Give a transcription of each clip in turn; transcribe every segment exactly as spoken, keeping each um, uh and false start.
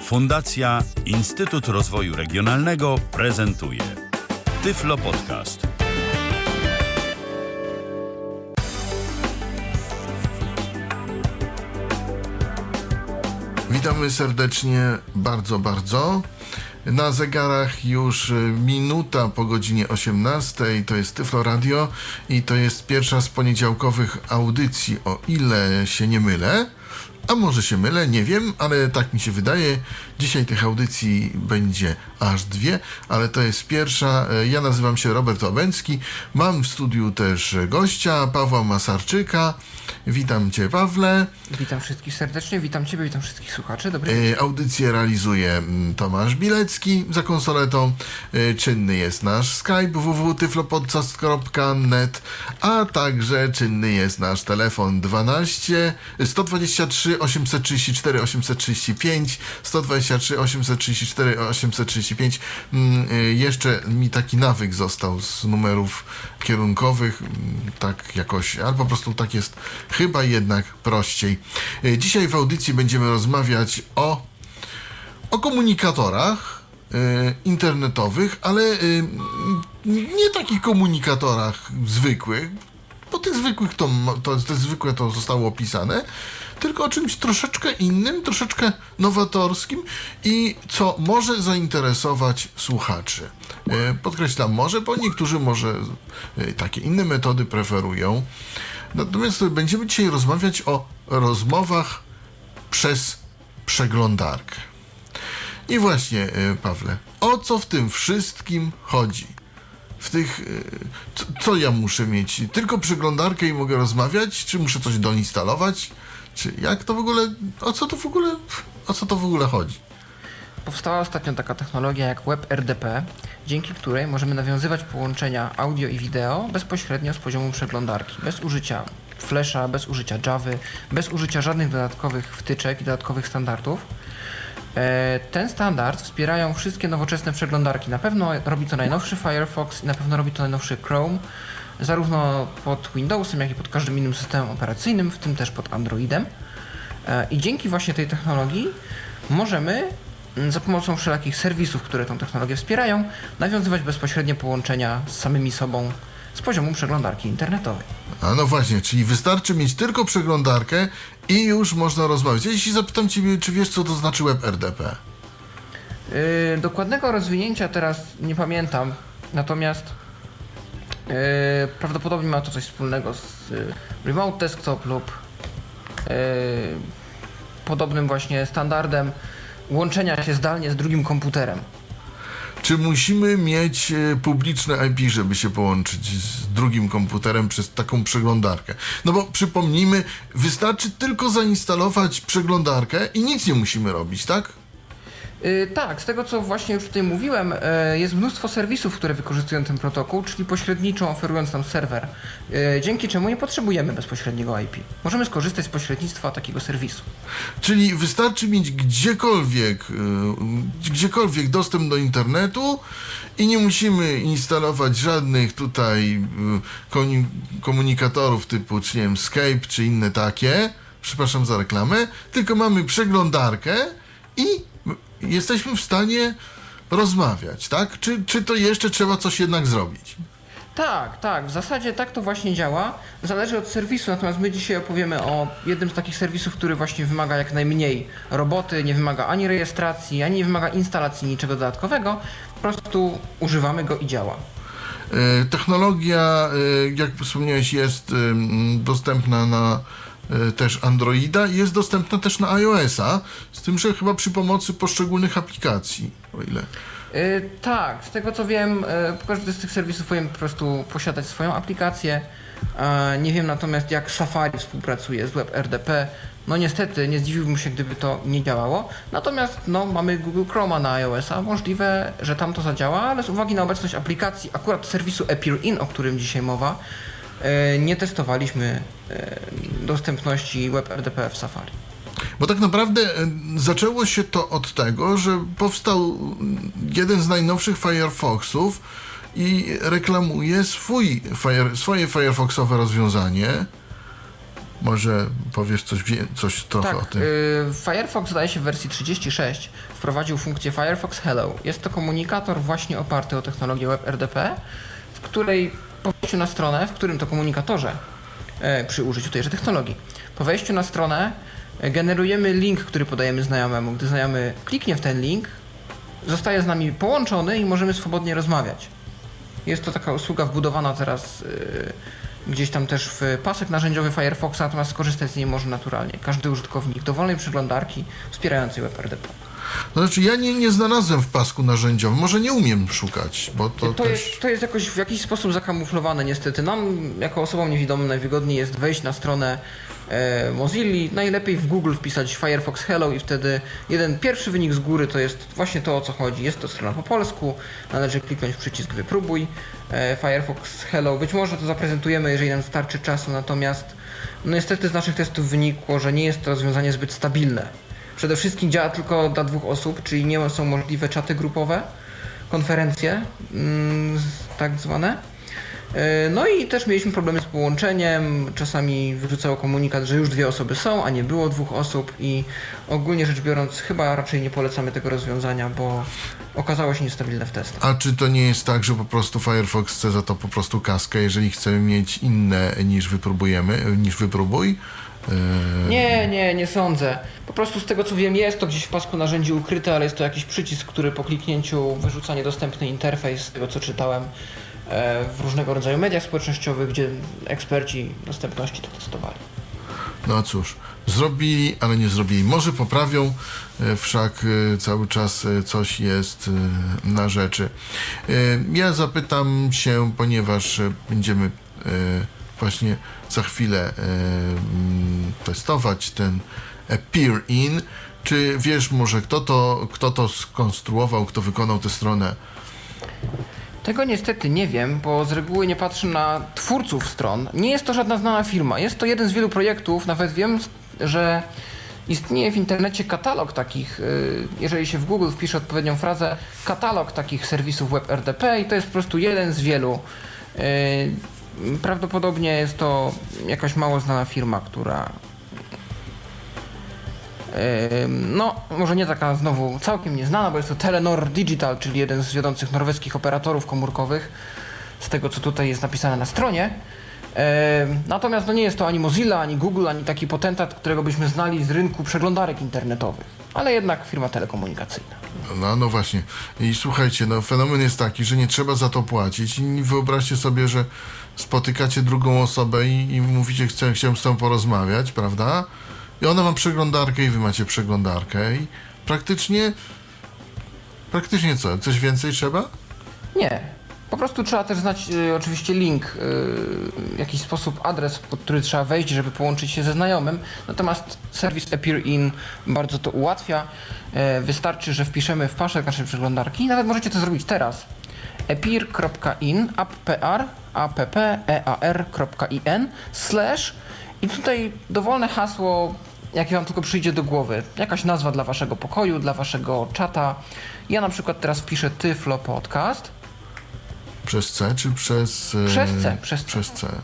Fundacja Instytut Rozwoju Regionalnego prezentuje Tyflo Podcast. Witamy serdecznie, bardzo, bardzo. Na zegarach już minuta po godzinie osiemnastej, to jest Tyflo Radio i to jest pierwsza z poniedziałkowych audycji, o ile się nie mylę. A może się mylę, nie wiem, ale tak mi się wydaje. Dzisiaj tych audycji będzie aż dwie, ale to jest pierwsza. Ja nazywam się Robert Łabęcki. Mam w studiu też gościa, Pawła Masarczyka. Witam Cię, Pawle. Witam wszystkich serdecznie, witam Ciebie, witam wszystkich słuchaczy. Dobry wieczór. Audycję realizuje Tomasz Bilecki za konsoletą. Czynny jest nasz Skype w w w kropka tyflopodcast kropka net, a także czynny jest nasz telefon dwanaście sto dwadzieścia trzy osiemset trzydzieści cztery osiemset trzydzieści pięć sto dwadzieścia trzy osiemset trzydzieści cztery osiemset trzydzieści pięć. Jeszcze mi taki nawyk został z numerów kierunkowych, tak jakoś, albo po prostu tak jest chyba jednak prościej. Dzisiaj w audycji będziemy rozmawiać o, o komunikatorach y, internetowych, ale y, nie takich komunikatorach zwykłych, bo tych zwykłych to, to, te zwykłe to zostało opisane, tylko o czymś troszeczkę innym, troszeczkę nowatorskim i co może zainteresować słuchaczy. Y, podkreślam może, bo niektórzy może y, takie inne metody preferują. Natomiast będziemy dzisiaj rozmawiać o rozmowach przez przeglądarkę. I właśnie, Pawle, o co w tym wszystkim chodzi? W tych, co, co ja muszę mieć? Tylko przeglądarkę i mogę rozmawiać? Czy muszę coś doinstalować? Czy jak to w ogóle, o co to w ogóle, o co to w ogóle chodzi? Powstała ostatnio taka technologia jak WebRDP, dzięki której możemy nawiązywać połączenia audio i wideo bezpośrednio z poziomu przeglądarki, bez użycia Flasha, bez użycia Javy, bez użycia żadnych dodatkowych wtyczek i dodatkowych standardów. Ten standard wspierają wszystkie nowoczesne przeglądarki. Na pewno robi to najnowszy Firefox i na pewno robi to najnowszy Chrome, zarówno pod Windowsem, jak i pod każdym innym systemem operacyjnym, w tym też pod Androidem. I dzięki właśnie tej technologii możemy za pomocą wszelakich serwisów, które tę technologię wspierają, nawiązywać bezpośrednie połączenia z samymi sobą z poziomu przeglądarki internetowej. A no właśnie, czyli wystarczy mieć tylko przeglądarkę i już można rozmawiać. Jeśli zapytam Ciebie, czy wiesz, co to znaczy WebRDP? Yy, dokładnego rozwinięcia teraz nie pamiętam, natomiast yy, prawdopodobnie ma to coś wspólnego z yy, Remote Desktop lub yy, podobnym właśnie standardem łączenia się zdalnie z drugim komputerem. Czy musimy mieć publiczne I P, żeby się połączyć z drugim komputerem przez taką przeglądarkę? No bo przypomnijmy, wystarczy tylko zainstalować przeglądarkę i nic nie musimy robić, tak? Yy, tak, z tego co właśnie już tutaj mówiłem, yy, jest mnóstwo serwisów, które wykorzystują ten protokół, czyli pośredniczo oferując nam serwer, yy, dzięki czemu nie potrzebujemy bezpośredniego I P. Możemy skorzystać z pośrednictwa takiego serwisu. Czyli wystarczy mieć gdziekolwiek, yy, gdziekolwiek dostęp do internetu i nie musimy instalować żadnych tutaj yy, komunikatorów typu, czy nie wiem, Skype, czy inne takie, przepraszam za reklamę, tylko mamy przeglądarkę i jesteśmy w stanie rozmawiać, tak? Czy, czy to jeszcze trzeba coś jednak zrobić? Tak, tak. W zasadzie tak to właśnie działa. Zależy od serwisu, natomiast my dzisiaj opowiemy o jednym z takich serwisów, który właśnie wymaga jak najmniej roboty, nie wymaga ani rejestracji, ani nie wymaga instalacji niczego dodatkowego. Po prostu używamy go i działa. Technologia, jak wspomniałeś, jest dostępna na też Androida i jest dostępna też na iOS-a, z tym, że chyba przy pomocy poszczególnych aplikacji, o ile... Yy, tak, z tego co wiem, yy, każdy z tych serwisów powinien po prostu posiadać swoją aplikację. Yy, nie wiem natomiast, jak Safari współpracuje z WebRDP. No niestety, nie zdziwiłbym się, gdyby to nie działało. Natomiast no, mamy Google Chroma na iOS-a, możliwe, że tam to zadziała, ale z uwagi na obecność aplikacji, akurat serwisu AppearIn, o którym dzisiaj mowa, yy, nie testowaliśmy yy, dostępności WebRDP w Safari. Bo tak naprawdę zaczęło się to od tego, że powstał jeden z najnowszych Firefoxów i reklamuje swój, fire, swoje Firefoxowe rozwiązanie, Może powiesz coś, wie- coś trochę tak, o tym. Y, Firefox, zdaje się, w wersji trzydzieści sześć wprowadził funkcję Firefox Hello. Jest to komunikator właśnie oparty o technologię WebRTP, w której po wejściu na stronę, w którym to komunikatorze e, przy użyciu tejże technologii, po wejściu na stronę e, generujemy link, który podajemy znajomemu. Gdy znajomy kliknie w ten link, zostaje z nami połączony i możemy swobodnie rozmawiać. Jest to taka usługa wbudowana teraz y, gdzieś tam też w pasek narzędziowy Firefoxa, natomiast skorzystać z niej może naturalnie każdy użytkownik dowolnej przeglądarki wspierającej WebRTP. To znaczy, ja nie, nie znalazłem w pasku narzędziowym, może nie umiem szukać, bo to, To, też... jest, to jest jakoś w jakiś sposób zakamuflowane niestety. Nam, jako osobom niewidomym, najwygodniej jest wejść na stronę e, Mozilla, najlepiej w Google wpisać Firefox Hello i wtedy jeden pierwszy wynik z góry to jest właśnie to, o co chodzi. Jest to strona po polsku, należy kliknąć w przycisk wypróbuj e, Firefox Hello. Być może to zaprezentujemy, jeżeli nam starczy czasu, natomiast no niestety z naszych testów wynikło, że nie jest to rozwiązanie zbyt stabilne. Przede wszystkim działa tylko dla dwóch osób, czyli nie są możliwe czaty grupowe, konferencje mm, tak zwane. No i też mieliśmy problemy z połączeniem, czasami wyrzucało komunikat, że już dwie osoby są, a nie było dwóch osób i ogólnie rzecz biorąc chyba raczej nie polecamy tego rozwiązania, bo okazało się niestabilne w testach. A czy to nie jest tak, że po prostu Firefox chce za to po prostu kaskę, jeżeli chcemy mieć inne niż wypróbujemy, niż wypróbuj? Nie, nie, nie sądzę. Po prostu z tego co wiem jest to gdzieś w pasku narzędzi ukryte, ale jest to jakiś przycisk, który po kliknięciu wyrzuca niedostępny interfejs, z tego co czytałem w różnego rodzaju mediach społecznościowych, gdzie eksperci dostępności to testowali. No cóż, zrobili, ale nie zrobili. Może poprawią, wszak cały czas coś jest na rzeczy. Ja zapytam się, ponieważ będziemy właśnie za chwilę testować ten Appear In. Czy wiesz może, kto to, kto to skonstruował, kto wykonał tę stronę? Tego niestety nie wiem, bo z reguły nie patrzę na twórców stron. Nie jest to żadna znana firma. Jest to jeden z wielu projektów. Nawet wiem, że istnieje w internecie katalog takich, jeżeli się w Google wpisze odpowiednią frazę, katalog takich serwisów WebRTP i to jest po prostu jeden z wielu. Prawdopodobnie jest to jakaś mało znana firma, która no, może nie taka znowu całkiem nieznana, bo jest to Telenor Digital, czyli jeden z wiodących norweskich operatorów komórkowych, z tego co tutaj jest napisane na stronie. Natomiast no nie jest to ani Mozilla, ani Google, ani taki potentat, którego byśmy znali z rynku przeglądarek internetowych, ale jednak firma telekomunikacyjna. No, no właśnie. I słuchajcie, no fenomen jest taki, że nie trzeba za to płacić i wyobraźcie sobie, że spotykacie drugą osobę i, i mówicie, chcę, chciałem z tobą porozmawiać, prawda? I ona ma przeglądarkę i wy macie przeglądarkę i praktycznie praktycznie co? Coś więcej trzeba? Nie. Po prostu trzeba też znać y, oczywiście link, y, w jakiś sposób adres, pod który trzeba wejść, żeby połączyć się ze znajomym. Natomiast serwis Appear In bardzo to ułatwia. Y, wystarczy, że wpiszemy w paszek naszej przeglądarki i nawet możecie to zrobić teraz. appear kropka in, appr, app, ear.in, slash i tutaj dowolne hasło, jakie wam tylko przyjdzie do głowy. Jakaś nazwa dla waszego pokoju, dla waszego czata. Ja na przykład teraz wpiszę Tyflo Podcast. Przez C czy przez... E, przez C. Przez C. Przez C.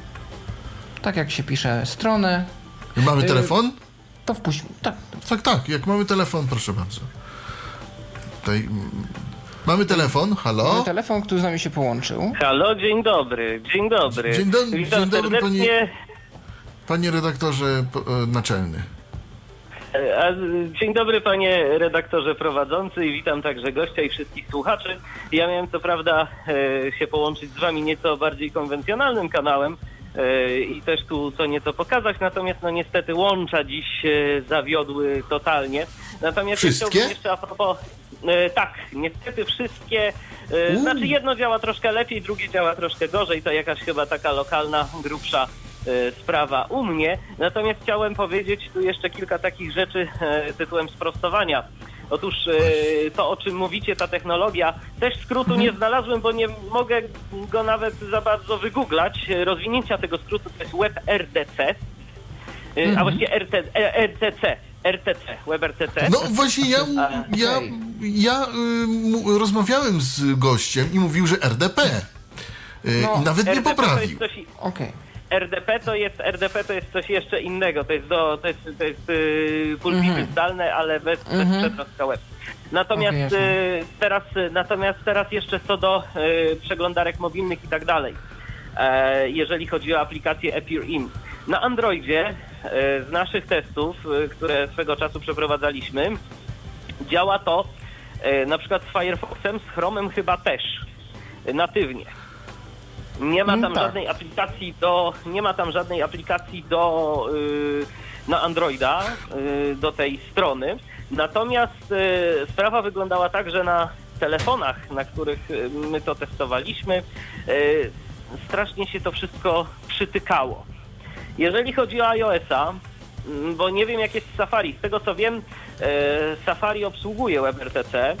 Tak jak się pisze stronę. I mamy telefon? To wpuść... Tak. Tak, tak. Jak mamy telefon, proszę bardzo. Tutaj... Mamy telefon, halo? Mamy telefon, który z nami się połączył. Halo, dzień dobry, dzień dobry. Dzień, do... Witam dzień dobry, serdecznie. panie, panie redaktorze e, naczelny. A, dzień dobry panie redaktorze prowadzący i witam także gościa i wszystkich słuchaczy. Ja miałem co prawda e, się połączyć z wami nieco bardziej konwencjonalnym kanałem e, i też tu co nieco pokazać, natomiast no niestety łącza dziś e, zawiodły totalnie. Natomiast wszystkie? chciałbym jeszcze a propos... E, tak, niestety wszystkie, e, znaczy jedno działa troszkę lepiej, drugie działa troszkę gorzej, to jakaś chyba taka lokalna, grubsza e, sprawa u mnie. Natomiast chciałem powiedzieć tu jeszcze kilka takich rzeczy e, tytułem sprostowania. Otóż e, to, o czym mówicie, ta technologia, też skrótu nie znalazłem, bo nie mogę go nawet za bardzo wygooglać. Rozwinięcia tego skrótu to jest WebRTC, e, Mhm. a właściwie R T, e, R T C. R T C, WebRTC. No właśnie ja, ja, ja y, rozmawiałem z gościem i mówił, że R D P. Y, No, I nawet R D P nie poprawił. to jest coś, Okej. R D P to jest R D P to jest coś jeszcze innego, to jest do, to jest, to jest yy, pulpity Mhm. zdalne, ale bez, bez Mhm. przedrostka web. Natomiast Okej, jasne. yy, teraz natomiast teraz jeszcze co do yy, przeglądarek mobilnych i tak dalej. E, jeżeli chodzi o aplikację Appear In. Na Androidzie e, z naszych testów, e, które swego czasu przeprowadzaliśmy, działa to e, na przykład z Firefoxem, z Chromem chyba też e, natywnie. Nie ma Mm, tam tak. żadnej aplikacji do nie ma tam żadnej aplikacji do y, na Androida y, do tej strony. Natomiast y, sprawa wyglądała tak, że na telefonach, na których y, my to testowaliśmy, y, strasznie się to wszystko przytykało. Jeżeli chodzi o iOS-a, mm, bo nie wiem jak jest z Safari, z tego co wiem, y, Safari obsługuje WebRTC.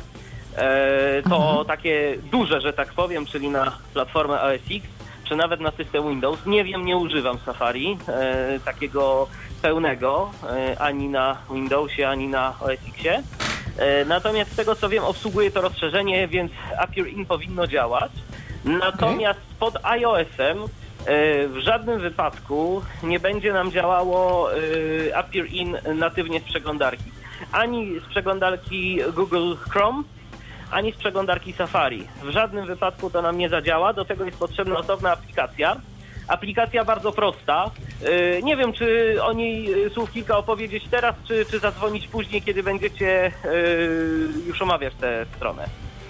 E, to Mhm. takie duże, że tak powiem, czyli na platformę O S X, czy nawet na system Windows. Nie wiem, nie używam Safari e, takiego pełnego, e, ani na Windowsie, ani na O S X-ie. E, natomiast z tego co wiem, obsługuje to rozszerzenie, więc Appear In powinno działać. Natomiast pod iOS-em e, w żadnym wypadku nie będzie nam działało e, Appear In natywnie z przeglądarki. Ani z przeglądarki Google Chrome, ani z przeglądarki Safari. W żadnym wypadku to nam nie zadziała, do tego jest potrzebna osobna aplikacja. Aplikacja bardzo prosta. Yy, nie wiem, czy o niej yy, słów kilka opowiedzieć teraz, czy, czy zadzwonić później, kiedy będziecie yy, już omawiać tę stronę.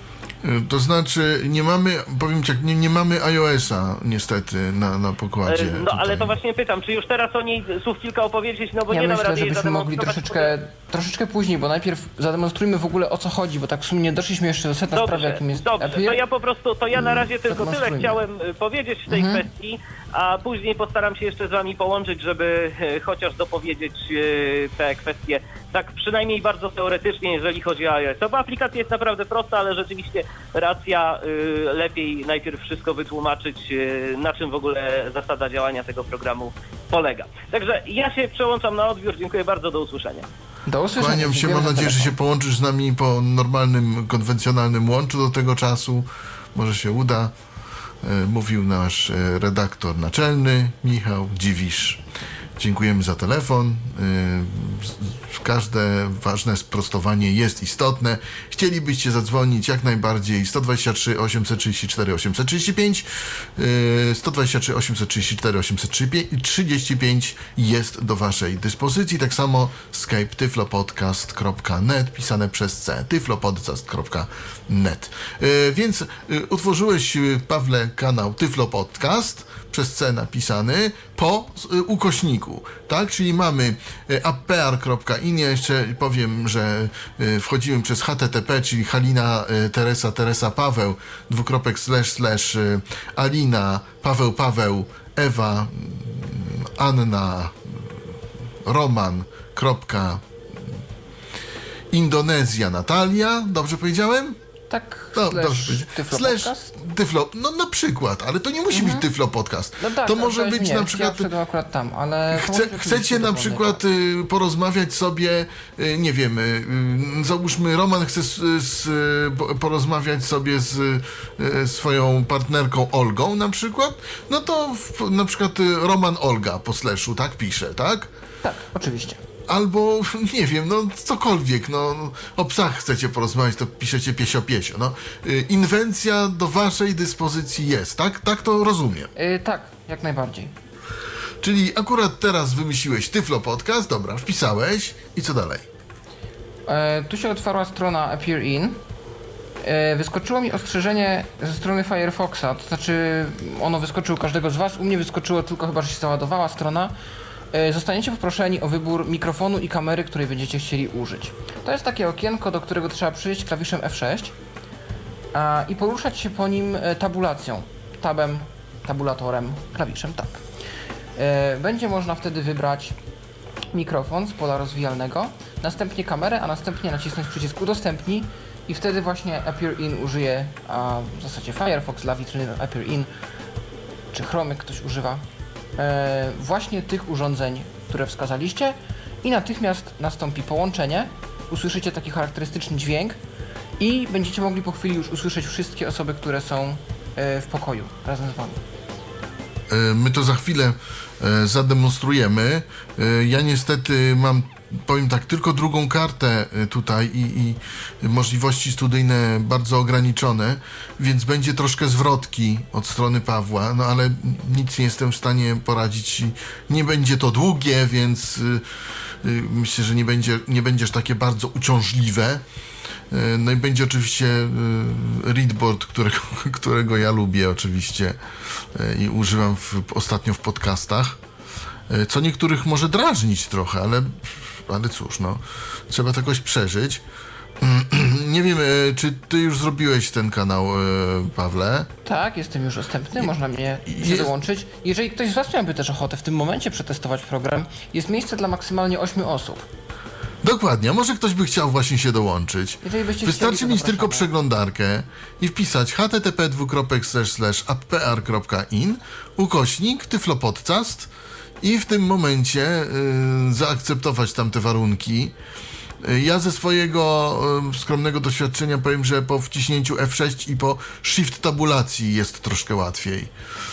To znaczy, nie mamy, powiem ci, jak, nie, nie mamy iOS-a niestety na, na pokładzie. Yy, no tutaj. ale to właśnie pytam, czy już teraz o niej słów kilka opowiedzieć, no bo Ja nie dam myślę, rady jej żebyśmy mogli zademonstrować. troszeczkę, troszeczkę później, bo najpierw zademonstrujmy w ogóle o co chodzi, bo tak w sumie nie doszliśmy jeszcze do sedna sprawy, Dobrze, jakim jest dobrze. Appear. To ja po prostu, to ja na razie tylko tyle zademonstrujmy. chciałem y, powiedzieć w tej Mhm. kwestii, a później postaram się jeszcze z wami połączyć, żeby y, chociaż dopowiedzieć y, te kwestie tak przynajmniej bardzo teoretycznie, jeżeli chodzi o iOS. Bo aplikacja jest naprawdę prosta, ale rzeczywiście racja, y, lepiej najpierw wszystko wytłumaczyć, y, na czym w ogóle zasada działania tego programu polega. Także ja się przełączam na odbiór. Dziękuję bardzo, do usłyszenia. Do usłyszenia. Kłaniam się, Dziękujemy mam za nadzieję, że się telefon. połączysz z nami po normalnym, konwencjonalnym łączu do tego czasu. Może się uda. E, Mówił nasz e, redaktor naczelny, Michał Dziwisz. Dziękujemy za telefon. E, z- Każde ważne sprostowanie jest istotne. Chcielibyście zadzwonić jak najbardziej sto dwadzieścia trzy osiemset trzydzieści cztery osiemset trzydzieści pięć. e, sto dwadzieścia trzy osiemset trzydzieści cztery osiemset trzydzieści pięć jest do waszej dyspozycji. Tak samo Skype tyflopodcast kropka net pisane przez C. tyflopodcast kropka net. E, Więc e, utworzyłeś, e, Pawle, kanał Tyflo Podcast przez C napisany po e, ukośniku, tak? Czyli mamy e, appear kropka in. Ja jeszcze powiem, że e, wchodziłem przez H T T P, czyli Halina, e, Teresa, Teresa, Paweł, dwukropek slash slash e, Alina, Paweł, Paweł, Ewa, mm, Anna, Roman, kropka, Indonezja, Natalia. Dobrze powiedziałem? Tak, No, slash dobrze powiedziałem. Tyflo Slash Podcast? Tyflo, no na przykład, ale to nie musi być Tyflo Podcast. No tak, to no może jest być nie, na Ja przykład... wszedłem akurat tam, ale... to Chce, może być chcecie oczywiście na dowolny, przykład tak. y, porozmawiać sobie, y, nie wiem, y, y, załóżmy Roman chce z, z, y, po- porozmawiać sobie z y, swoją partnerką Olgą na przykład, no to w, na przykład y, Roman Olga po slashu, tak pisze, tak? Tak, oczywiście. Albo, nie wiem, no cokolwiek, no o psach chcecie porozmawiać, to piszecie piesio piesio, no. Y, Inwencja do waszej dyspozycji jest, tak? Tak to rozumiem. Yy, tak, jak najbardziej. Czyli akurat teraz wymyśliłeś Tyflo Podcast, dobra, wpisałeś i co dalej? E, tu się otwarła strona Appear In. E, wyskoczyło mi ostrzeżenie ze strony Firefoxa, to znaczy ono wyskoczyło każdego z was, u mnie wyskoczyło tylko chyba, że się załadowała strona. E, zostaniecie poproszeni o wybór mikrofonu i kamery, której będziecie chcieli użyć. To jest takie okienko, do którego trzeba przyjść klawiszem F sześć a, i poruszać się po nim e, tabulacją, tabem, tabulatorem, klawiszem tab. E, będzie można wtedy wybrać mikrofon z pola rozwijalnego, następnie kamerę, a następnie nacisnąć przycisk udostępnij i wtedy właśnie Appear In użyje, a w zasadzie Firefox dla witryny Appear In, czy Chrome jak ktoś używa, e, właśnie tych urządzeń, które wskazaliście i natychmiast nastąpi połączenie, usłyszycie taki charakterystyczny dźwięk i będziecie mogli po chwili już usłyszeć wszystkie osoby, które są e, w pokoju razem z wami. My to za chwilę zademonstrujemy. Ja niestety mam, powiem tak, tylko drugą kartę tutaj i, i możliwości studyjne bardzo ograniczone, więc będzie troszkę zwrotki od strony Pawła, no ale nic nie jestem w stanie poradzić. Nie będzie to długie, więc myślę, że nie będzie, nie będziesz takie bardzo uciążliwe. No i będzie oczywiście readboard, którego, którego ja lubię oczywiście i używam w, ostatnio w podcastach, co niektórych może drażnić trochę, ale, ale cóż, no, trzeba to jakoś przeżyć. Nie wiem, czy ty już zrobiłeś ten kanał, Pawle? Tak, jestem już dostępny, można mnie Jest- się dołączyć. Jeżeli ktoś z was miałby też ochotę w tym momencie przetestować program, jest miejsce dla maksymalnie ośmiu osób. Dokładnie, a może ktoś by chciał właśnie się dołączyć. Jeżeli byście Wystarczy chcieli, to mieć tylko zapraszamy. przeglądarkę i wpisać http dwukropek slash slash appr kropka in ukośnik tyflopodcast i w tym momencie y, zaakceptować tamte warunki. Y, Ja ze swojego y, skromnego doświadczenia powiem, że po wciśnięciu F sześć i po shift tabulacji jest troszkę łatwiej.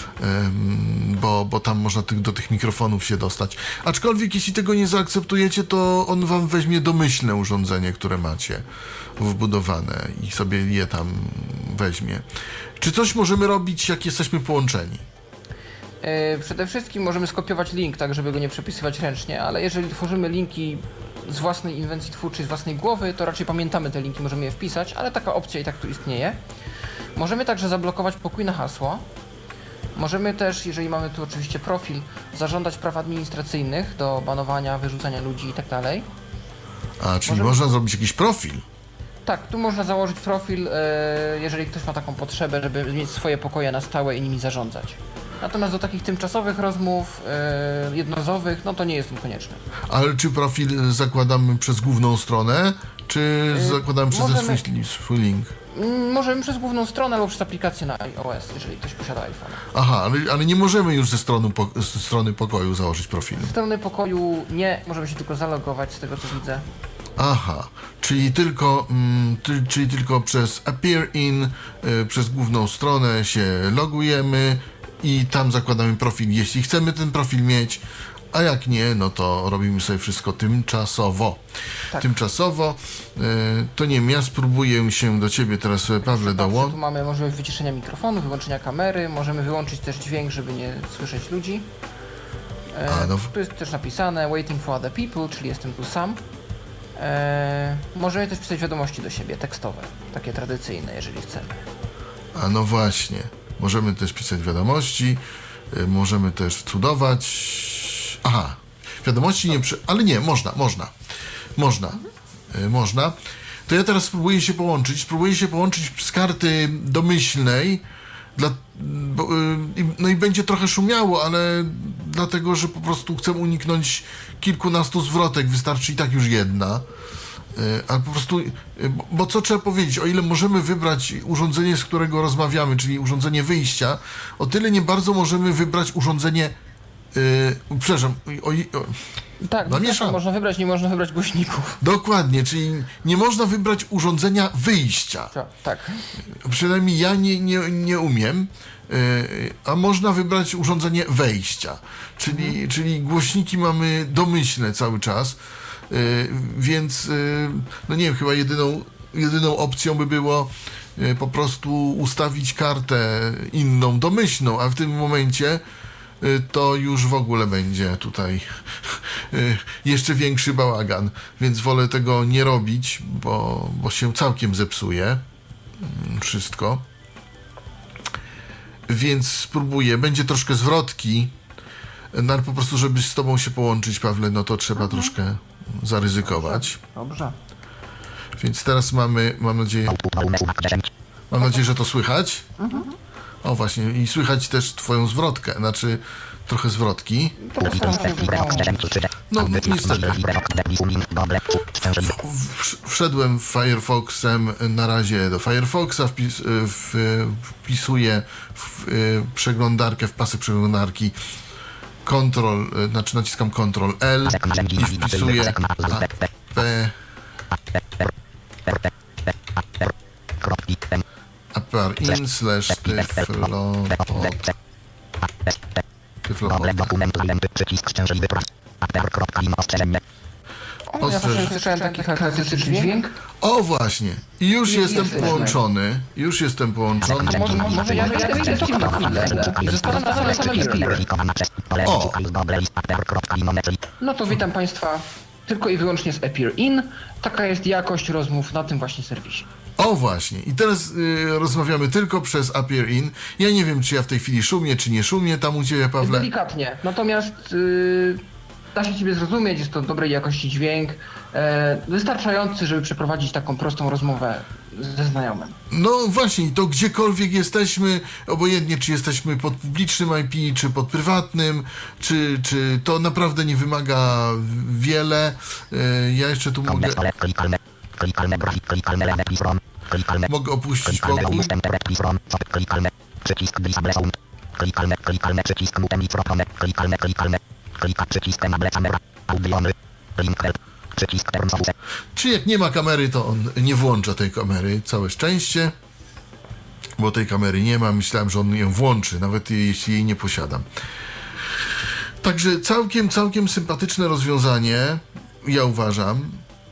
Ym, bo, bo tam można tych, do tych mikrofonów się dostać. Aczkolwiek jeśli tego nie zaakceptujecie, to on wam weźmie domyślne urządzenie, które macie wbudowane i sobie je tam weźmie. Czy coś możemy robić, jak jesteśmy połączeni? Yy, przede wszystkim możemy skopiować link, tak żeby go nie przepisywać ręcznie, ale jeżeli tworzymy linki z własnej inwencji twórczej, z własnej głowy, to raczej pamiętamy te linki, możemy je wpisać, ale taka opcja i tak tu istnieje. Możemy także zablokować podwójne hasło. Możemy też, jeżeli mamy tu oczywiście profil, zażądać praw administracyjnych do banowania, wyrzucania ludzi i tak dalej. A, czyli Możemy- można zrobić jakiś profil? Tak, tu można założyć profil, e, jeżeli ktoś ma taką potrzebę, żeby mieć swoje pokoje na stałe i nimi zarządzać. Natomiast do takich tymczasowych rozmów, e, jednorazowych, no to nie jest to konieczne. Ale czy profil zakładamy przez główną stronę, czy zakładamy przez możemy- swój, swój link? Mm, Możemy przez główną stronę albo przez aplikację na iOS, jeżeli ktoś posiada iPhone. Aha, ale, ale nie możemy już ze strony, po, ze strony pokoju założyć profilu. Z strony pokoju nie, możemy się tylko zalogować z tego co widzę. Aha, czyli tylko, mm, ty, czyli tylko przez Appear In, y, przez główną stronę się logujemy i tam zakładamy profil, jeśli chcemy ten profil mieć, a jak nie, no to robimy sobie wszystko tymczasowo. Tak. Tymczasowo, y, to nie wiem, ja spróbuję się do ciebie teraz, Pawle, Patrzę, tu dołączyć. mamy możliwość wyciszenia mikrofonu, wyłączenia kamery, możemy wyłączyć też dźwięk, żeby nie słyszeć ludzi. E, A, no. Tu jest też napisane waiting for other people, czyli jestem tu sam. E, możemy też pisać wiadomości do siebie, tekstowe, takie tradycyjne, jeżeli chcemy. A no właśnie, możemy też pisać wiadomości, y, możemy też cudować. Aha, wiadomości nie przy... Ale nie, można, można. Można. Y, można. To ja teraz spróbuję się połączyć. Spróbuję się połączyć z karty domyślnej. Dla, bo, y, i- no i będzie trochę szumiało, ale dlatego, że po prostu chcę uniknąć kilkunastu zwrotek. Wystarczy i tak już jedna. Y, Ale po prostu, y, bo, bo co trzeba powiedzieć, o ile możemy wybrać urządzenie, z którego rozmawiamy, czyli urządzenie wyjścia, o tyle nie bardzo możemy wybrać urządzenie, y, przepraszam, o, o, Tak, No no mieszamy. można wybrać, nie można wybrać głośników. dokładnie, czyli nie można wybrać urządzenia wyjścia. Tak. Przynajmniej ja nie, nie, nie umiem, y, a można wybrać urządzenie wejścia, czyli, Mhm. czyli głośniki mamy domyślne cały czas, y, więc y, no nie wiem, chyba jedyną, jedyną opcją by było y, po prostu ustawić kartę inną, domyślną, a w tym momencie y, to już w ogóle będzie tutaj y, jeszcze większy bałagan, więc wolę tego nie robić, bo, bo się całkiem zepsuje wszystko. Więc spróbuję. Będzie troszkę zwrotki, no ale po prostu, żeby z tobą się połączyć, Pawle, no to trzeba troszkę zaryzykować. Dobrze. Więc teraz mamy, mam nadzieję, mam nadzieję, że to słychać. O właśnie, i słychać też twoją zwrotkę, znaczy trochę zwrotki. To postaram się wybrać. No niestety. W- Wszedłem Firefoxem na razie do Firefoxa, wpis, w, wpisuję w przeglądarkę, w pasy przeglądarki Ctrl, znaczy naciskam Ctrl L i wpisuję P Appear in slash tyflopod Tyflopodcast. O, ja właśnie słyszałem taki charakterystyczny dźwięk. O właśnie, i już I jestem jesteśmy. połączony, już jestem połączony. Może, może ja wejdę w na chwilę i zostawiam na same Appear. O, No to witam Państwa tylko i wyłącznie z Appear In. Taka jest jakość rozmów na tym właśnie serwisie. o właśnie, i teraz y, rozmawiamy tylko przez Appear In. Ja nie wiem, czy ja w tej chwili szumię, czy nie szumię tam u Ciebie, Pawle. Delikatnie. Natomiast yy, da się Ciebie zrozumieć, jest to dobrej jakości dźwięk. E, wystarczający, żeby przeprowadzić taką prostą rozmowę ze znajomym. No właśnie, to gdziekolwiek jesteśmy, obojętnie czy jesteśmy pod publicznym I P, czy pod prywatnym, czy, czy to naprawdę nie wymaga wiele. Y, ja jeszcze tu mogę, mogę opuścić pokój. Przycisk disable sound. Klikalne, klikalne, przycisk mute mikrofon. Klikalne, klikalne. Klika przycisk enable camera. Audiony. Link help. Przycisk turn off. Czy jak nie ma kamery, to on nie włącza tej kamery. Całe szczęście, bo tej kamery nie ma. Myślałem, że on ją włączy, nawet jeśli jej nie posiadam. Także całkiem, całkiem sympatyczne rozwiązanie, ja uważam.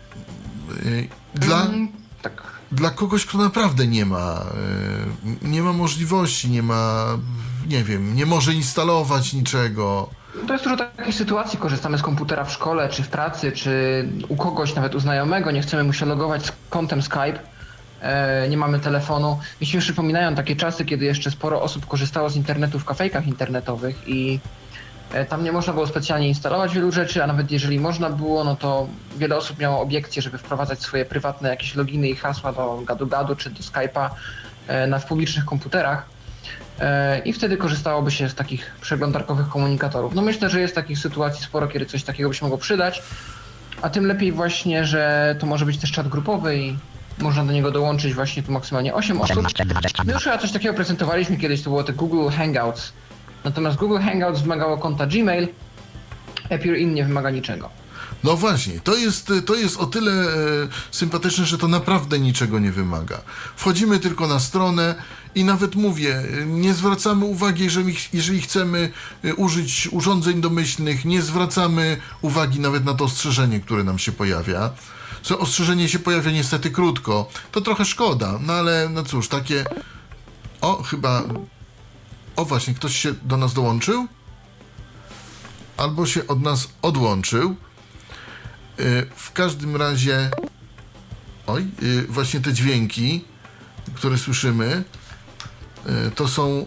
Yy, Dla... Mm, tak. Dla kogoś, kto naprawdę nie ma, y, nie ma możliwości, nie ma, nie wiem, nie może instalować niczego. To jest dużo takich sytuacji, korzystamy z komputera w szkole, czy w pracy, czy u kogoś, nawet u znajomego, nie chcemy mu się logować z kontem Skype, e, nie mamy telefonu. Mi się przypominają takie czasy, kiedy jeszcze sporo osób korzystało z internetu w kafejkach internetowych i e, tam nie można było specjalnie instalować wielu rzeczy, a nawet jeżeli można było, no to wiele osób miało obiekcje, żeby wprowadzać swoje prywatne jakieś loginy i hasła do gadu-gadu czy do Skype'a e, na w publicznych komputerach. I wtedy korzystałoby się z takich przeglądarkowych komunikatorów. No myślę, że jest takich sytuacji sporo, kiedy coś takiego by się mogło przydać, a tym lepiej właśnie, że to może być też czat grupowy i można do niego dołączyć właśnie tu maksymalnie osiem osób. My już chyba coś takiego prezentowaliśmy kiedyś, to było te Google Hangouts. Natomiast Google Hangouts wymagało konta Gmail, Appear In nie wymaga niczego. No właśnie, to jest, to jest o tyle e, sympatyczne, że to naprawdę niczego nie wymaga. Wchodzimy tylko na stronę i nawet mówię, nie zwracamy uwagi, jeżeli, jeżeli chcemy użyć urządzeń domyślnych, nie zwracamy uwagi nawet na to ostrzeżenie, które nam się pojawia. To ostrzeżenie się pojawia niestety krótko, to trochę szkoda, no ale no cóż, takie... O, chyba... O właśnie, ktoś się do nas dołączył? Albo się od nas odłączył. W każdym razie, oj, właśnie te dźwięki, które słyszymy, to są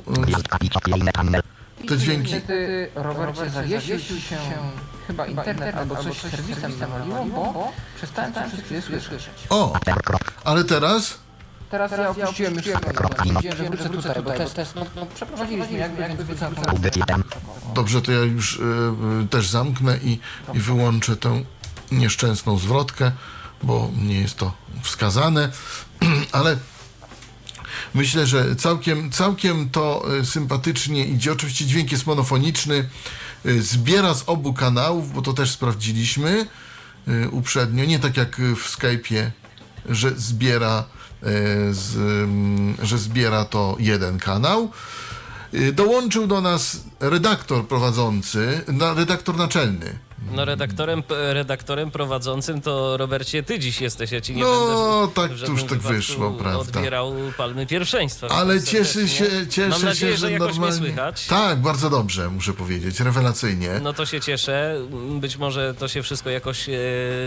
te dźwięki. Niestety, Robercie, zawiesił się chyba internet albo coś z serwisem nawaliło, bo przestałem tam przez chwilę słyszeć. O, ale teraz? Teraz ja opuściłem już stronę, powiedziałem, że wrócę tutaj, bo test, test no, no, przeprowadziliśmy jakby, jakby wrócę. Dobrze, to ja już y, też zamknę i, i wyłączę tę nieszczęsną zwrotkę, bo nie jest to wskazane, ale myślę, że całkiem, całkiem to sympatycznie idzie. Oczywiście dźwięk jest monofoniczny, zbiera z obu kanałów, bo to też sprawdziliśmy uprzednio, nie tak jak w Skype'ie, że zbiera, z, że zbiera to jeden kanał. Dołączył do nas redaktor prowadzący, redaktor naczelny. No redaktorem, redaktorem prowadzącym to, Robercie, ty dziś jesteś, ja ci nie no, będę tak, to już tak wyszło, prawda. Odbierał palmy pierwszeństwa. Ale cieszy się, cieszę Mam nadzieję, się, że, że jakoś normalnie... mnie słychać. Tak, bardzo dobrze, muszę powiedzieć, rewelacyjnie. No to się cieszę, być może to się wszystko jakoś e,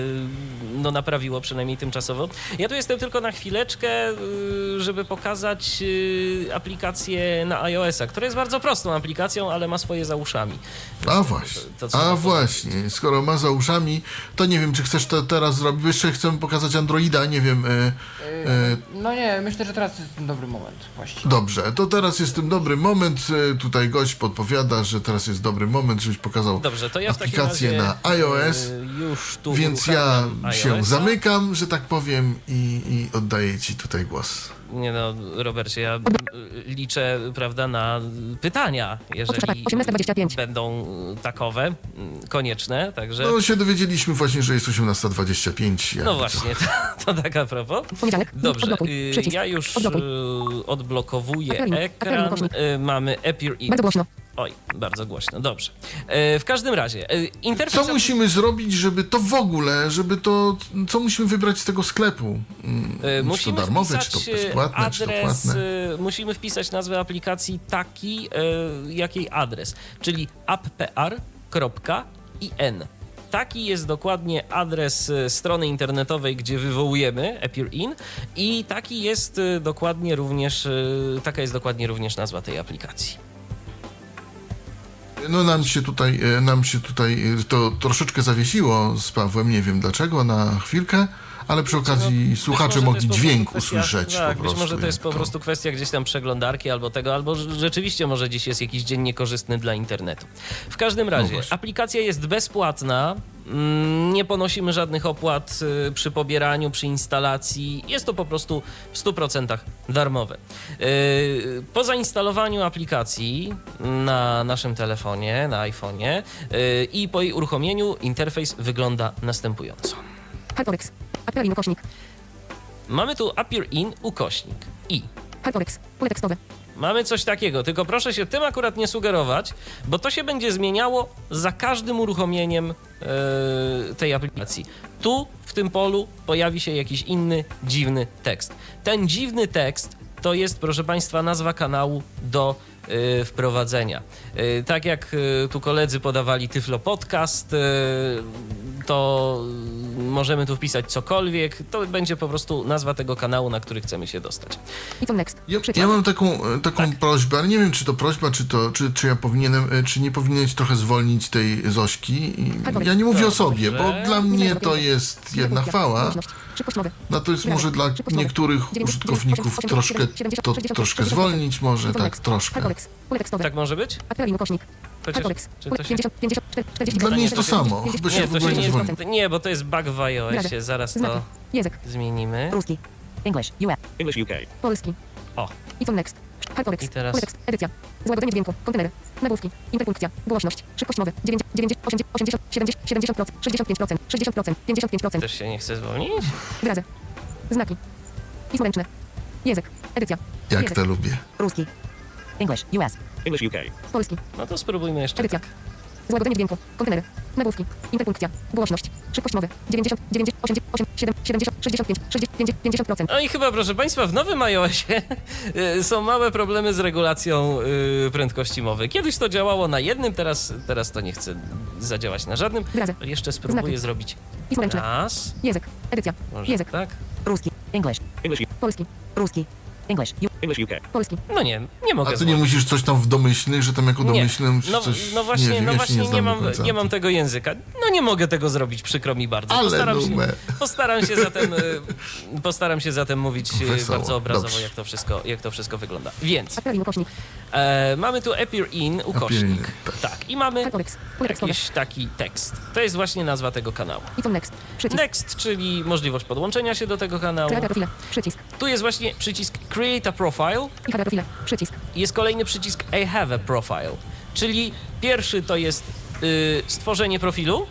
no, naprawiło, przynajmniej tymczasowo. Ja tu jestem tylko na chwileczkę, żeby pokazać aplikację na iOS-a, która jest bardzo prostą aplikacją, ale ma swoje za uszami. A właśnie, to, to, a właśnie, skoro ma za uszami, to nie wiem, czy chcesz to teraz zrobić. Jeszcze chcemy pokazać Androida, nie wiem. E, e, no nie, myślę, że teraz jest ten dobry moment właściwie. Dobrze, to teraz jest ten dobry moment. E, tutaj gość podpowiada, że teraz jest dobry moment, żebyś pokazał Dobrze, to ja w aplikację takim razie, na iOS. e, już tu więc ja się iOS-a. zamykam, że tak powiem, i, i oddaję ci tutaj głos. Nie no, Robercie, ja liczę, prawda, na pytania, jeżeli osiemnasta dwadzieścia pięć będą takowe, konieczne, także... No się dowiedzieliśmy właśnie, że jest osiemnasta dwadzieścia pięć. No właśnie, to, to tak a propos. Poniedziałek. Dobrze, Odblokuj. y, Przycisk. ja już Odblokuj. y, odblokowuję Appear In. ekran. Appear In, głośno. Y, mamy Appear In. Bardzo głośno. Oj, bardzo głośno, dobrze. E, w każdym razie, e, interfejs... Co musimy zrobić, żeby to w ogóle, żeby to, co musimy wybrać z tego sklepu? E, czy musimy to darmowe, czy wpisać to bezpłatne, adres, czy to płatne? e, musimy wpisać nazwę aplikacji taki, e, jak jej adres, czyli appr kropka in. Taki jest dokładnie adres e, strony internetowej, gdzie wywołujemy AppearIn i taki jest e, dokładnie również, e, taka jest dokładnie również nazwa tej aplikacji. No nam się tutaj, e, nam się tutaj e, to troszeczkę zawiesiło z Pawłem, nie wiem dlaczego, na chwilkę, ale przy okazji No, słuchacze być może to mogli jest po dźwięk prostu kwestia- usłyszeć tak, po prostu. być może to jest jak po prostu kwestia gdzieś tam przeglądarki albo tego, albo rz- rzeczywiście może dziś jest jakiś dzień niekorzystny dla internetu. W każdym razie, właśnie. aplikacja jest bezpłatna, mm, nie ponosimy żadnych opłat y, przy pobieraniu, przy instalacji, jest to po prostu w stu procentach darmowe. Y, po zainstalowaniu aplikacji na naszym telefonie, na iPhone'ie y, i po jej uruchomieniu interfejs wygląda następująco. HyperX. AppearIn ukośnik. Mamy tu AppearIn ukośnik i HyperX. Pole tekstowe. mamy coś takiego, tylko proszę się tym akurat nie sugerować, bo to się będzie zmieniało za każdym uruchomieniem e, tej aplikacji. Tu w tym polu pojawi się jakiś inny, dziwny tekst. Ten dziwny tekst to jest, proszę Państwa, nazwa kanału do e, wprowadzenia. E, tak jak e, tu koledzy podawali Tyflo Podcast, e, to możemy tu wpisać cokolwiek, to będzie po prostu nazwa tego kanału, na który chcemy się dostać. I co next? Ja, Przycisk. ja mam taką, e, taką Tak. prośbę, ale nie wiem, czy to prośba, czy to, czy, czy ja powinienem, e, czy nie powinieneś trochę zwolnić tej Zośki. I ja nie mówię o Dobrze. sobie, bo dla mnie to jest jedna chwała. Głośność. Szybkość mowy. Natomiast może dla niektórych użytkowników troszkę to troszkę zwolnić, może tak troszkę. HyperX. Pole tekstowe. Tak może być? AppearIn ukośnik. Chociaż, HyperX. czy Pole to się... pięćdziesiąt, pięćdziesiąt, czterdzieści. Dla mnie jest to to się- samo, chyba się Nie, w to ogóle się nie nie, zwolni. nie, bo to jest bug w iOSie, zaraz to Znaki. Język. zmienimy. Ruski. English. U S. English U K. Polski. O. I co next? HyperX. I teraz- Pole tekst. Edycja. Złagodzenie dźwięku. Kontenery. Nagłówki. Interpunkcja. Głośność. Szybkość mowy. dziewięćdziesiąt, dziewięćdziesiąt, osiemdziesiąt, siedemdziesiąt, siedemdziesiąt procent. sześćdziesiąt pięć procent. sześćdziesiąt procent. pięćdziesiąt pięć procent. Też się nie chce zwolnić? Wyrazy. Znaki. Pismo ręczne. Język. Edycja. Jak Język. to lubię. Ruski. English. U S. English U K. Polski. No to spróbujmy jeszcze Edycja. tak. Złagodzenie dźwięku. Kontenery. Nagłówki. Interpunkcja. Głośność. Szybkość mowy. dziewięćdziesiąt, dziewięćdziesiąt, osiemdziesiąt, osiem, siedem, siedemdziesiąt, sześćdziesiąt pięć, sześćdziesiąt, pięćdziesiąt procent. No i chyba, proszę Państwa, w nowym iOSie y, są małe problemy z regulacją y, prędkości mowy. Kiedyś to działało na jednym, teraz, teraz to nie chce zadziałać na żadnym. Wyrazy. Jeszcze spróbuję Znaki. zrobić Pismo ręczne. raz. Język. Edycja. Może Język. tak? Ruski. English. English U Polski. Ruski. English. U. English U K. Polski. No nie, nie mogę A ty nie zwolnić. musisz coś tam w domyślnych, że tam jako domyślnym czy No, coś... no właśnie, nie wiem, no ja się właśnie nie, nie, znam mam, do końca. nie mam tego języka. No nie mogę tego zrobić, przykro mi bardzo. Ale Postaram się, numer. postaram się zatem y, postaram się zatem mówić y, Wesoło, bardzo obrazowo, dobrze. jak to wszystko, jak to wszystko wygląda. Więc AppearIn ukośnik. e, mamy tu AppearIn ukośnik. AppearIn, tak. Tak, i mamy HyperX. Pole tekstowe. jakiś taki tekst. To jest właśnie nazwa tego kanału. I co next? Przycisk. Next, czyli możliwość podłączenia się do tego kanału. Kreacja profile. Przycisk. Tu jest właśnie przycisk Create a Profile. I H D profile. Przycisk. Jest kolejny przycisk I have a profile, czyli pierwszy to jest y, stworzenie profilu,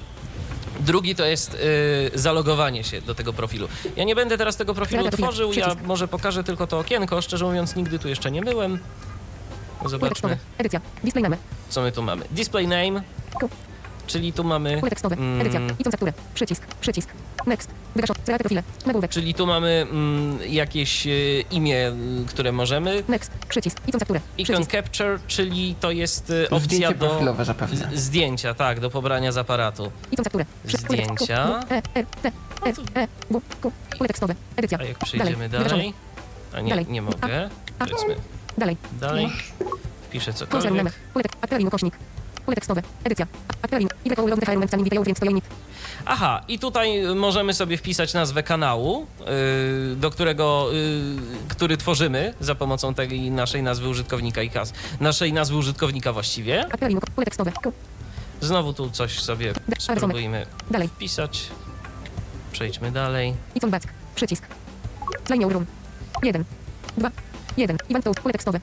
drugi to jest y, zalogowanie się do tego profilu. Ja nie będę teraz tego profilu Kreacja profile. tworzył, ja Przycisk. może pokażę tylko to okienko, szczerze mówiąc nigdy tu jeszcze nie byłem. Pole Zobaczmy, tekstowe. Edycja. Display name. co my tu mamy. Display name, Ku. czyli tu mamy... Pole tekstowe. Edycja. Mm, I co fakturę. Przycisk. Przycisk. Next. Wygaszone. Kreacja profile. Nagłówek. czyli tu mamy mm, jakieś y, imię, y, które możemy. Next. Przycisk. I co fakturę. Icon Przycisk. capture, czyli to jest y, opcja Zdjęcie do profilowe zapewne. z, zdjęcia, tak, do pobrania z aparatu. I co fakturę. Przy- pole tekst- Q, Zdjęcia. W, E, R, T, S, E, W, Q. Pole tekstowe. Edycja. A jak przejdziemy Dalej. dalej? A nie, Dalej. nie mogę. A. Powiedzmy Dalej. dalej. Wpiszę Koncer cokolwiek. name. Pole tekst. AppearIn ukośnik. Pole tekstowe. Edycja. AppearIn. Y O L W H R M N Video Dźwięk Stojojnik. Aha, i tutaj możemy sobie wpisać nazwę kanału, yy, do którego, yy, który tworzymy za pomocą tej naszej nazwy użytkownika i kas, naszej nazwy użytkownika właściwie. AppearIn uko- Pole tekstowe. Q. Znowu tu coś sobie D- spróbujmy Dalej. wpisać. Przejdźmy dalej. I co back. Przycisk. Slime room. jeden. dwa. jeden. Event toast. Pole tekstowe. Edycja.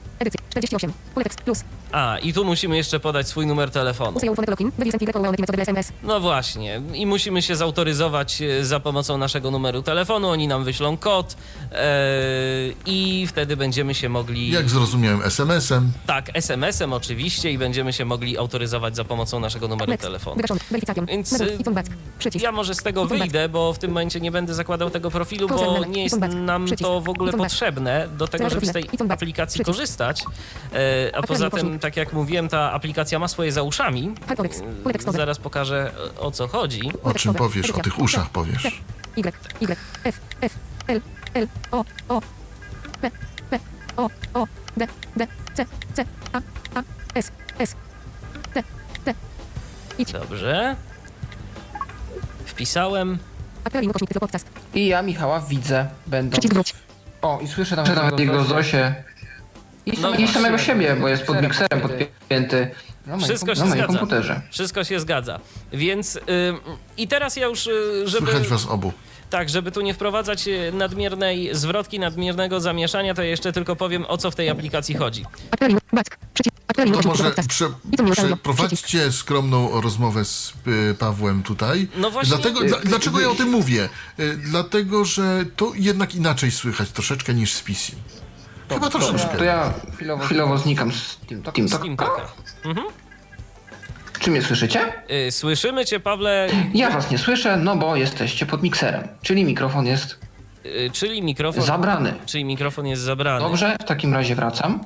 czterdzieści osiem. Pole tekst plus. A, i tu musimy jeszcze podać swój numer telefonu. Usuję ufonek login. Wywis and metodę S M S. No właśnie. I musimy się zautoryzować e, za pomocą naszego numeru telefonu. Oni nam wyślą kod e, i wtedy będziemy się mogli... Jak zrozumiałem, es em esem. Tak, es em esem oczywiście i będziemy się mogli autoryzować za pomocą naszego numeru Next. telefonu. Wygaszony. Weryfikacją. Więc, Medal. y, Icon back. Przycisk. Ja może z tego Icon back. wyjdę, bo w tym momencie nie będę zakładał tego profilu, bo Close nie jest Icon back. nam Przycisk. to w ogóle Icon back. potrzebne do tego, żeby z tej Icon back. aplikacji Przycisk. korzystać. E, a poza tym, pocznik. tak jak mówiłem, ta aplikacja ma swoje za uszami. Hypertext. Pole tekstowe. Zaraz pokażę, o co chodzi. O czym powiesz? O tych uszach powiesz. Y, Y, F, F, L, L, O, O, P, P, O, O, D, D, C, C, A, A, S, S, T, T. Idź. Dobrze. Wpisałem. Aktualnie ukośnik tylko podcast. I ja Michała widzę, będą... Przycisk wróć. O, i słyszę tam... Czy nawet jego Zosie I, No i samego siebie, bo jest pod mikserem podpięty No, moim Wszystko kom- się na moim zgadza. komputerze. Wszystko się zgadza. Więc ym, i teraz ja już, y, żeby... Słychać was obu. Tak, żeby tu nie wprowadzać y, nadmiernej zwrotki, nadmiernego zamieszania, to jeszcze tylko powiem, o co w tej aplikacji chodzi. Aktualnie back. Przycisk. Aktualnie To ukośnik może tylko podcast. prze, I to nie audio. przeprowadźcie skromną rozmowę z y, Pawłem tutaj. No właśnie- Dlatego, dla, dlaczego ja o tym mówię? Y, dlatego, że to jednak inaczej słychać troszeczkę niż z P C. Chyba troszeczkę. To ja Chwilowo- chwilowo znikam z TeamTalka. Steamtaka. Mhm. Czy mnie słyszycie? Y, Słyszymy cię, Pawle, Ja was nie słyszę, no bo jesteście pod mikserem, czyli mikrofon jest y, czyli mikrofon... zabrany. Czyli mikrofon jest zabrany. Dobrze, w takim razie wracam.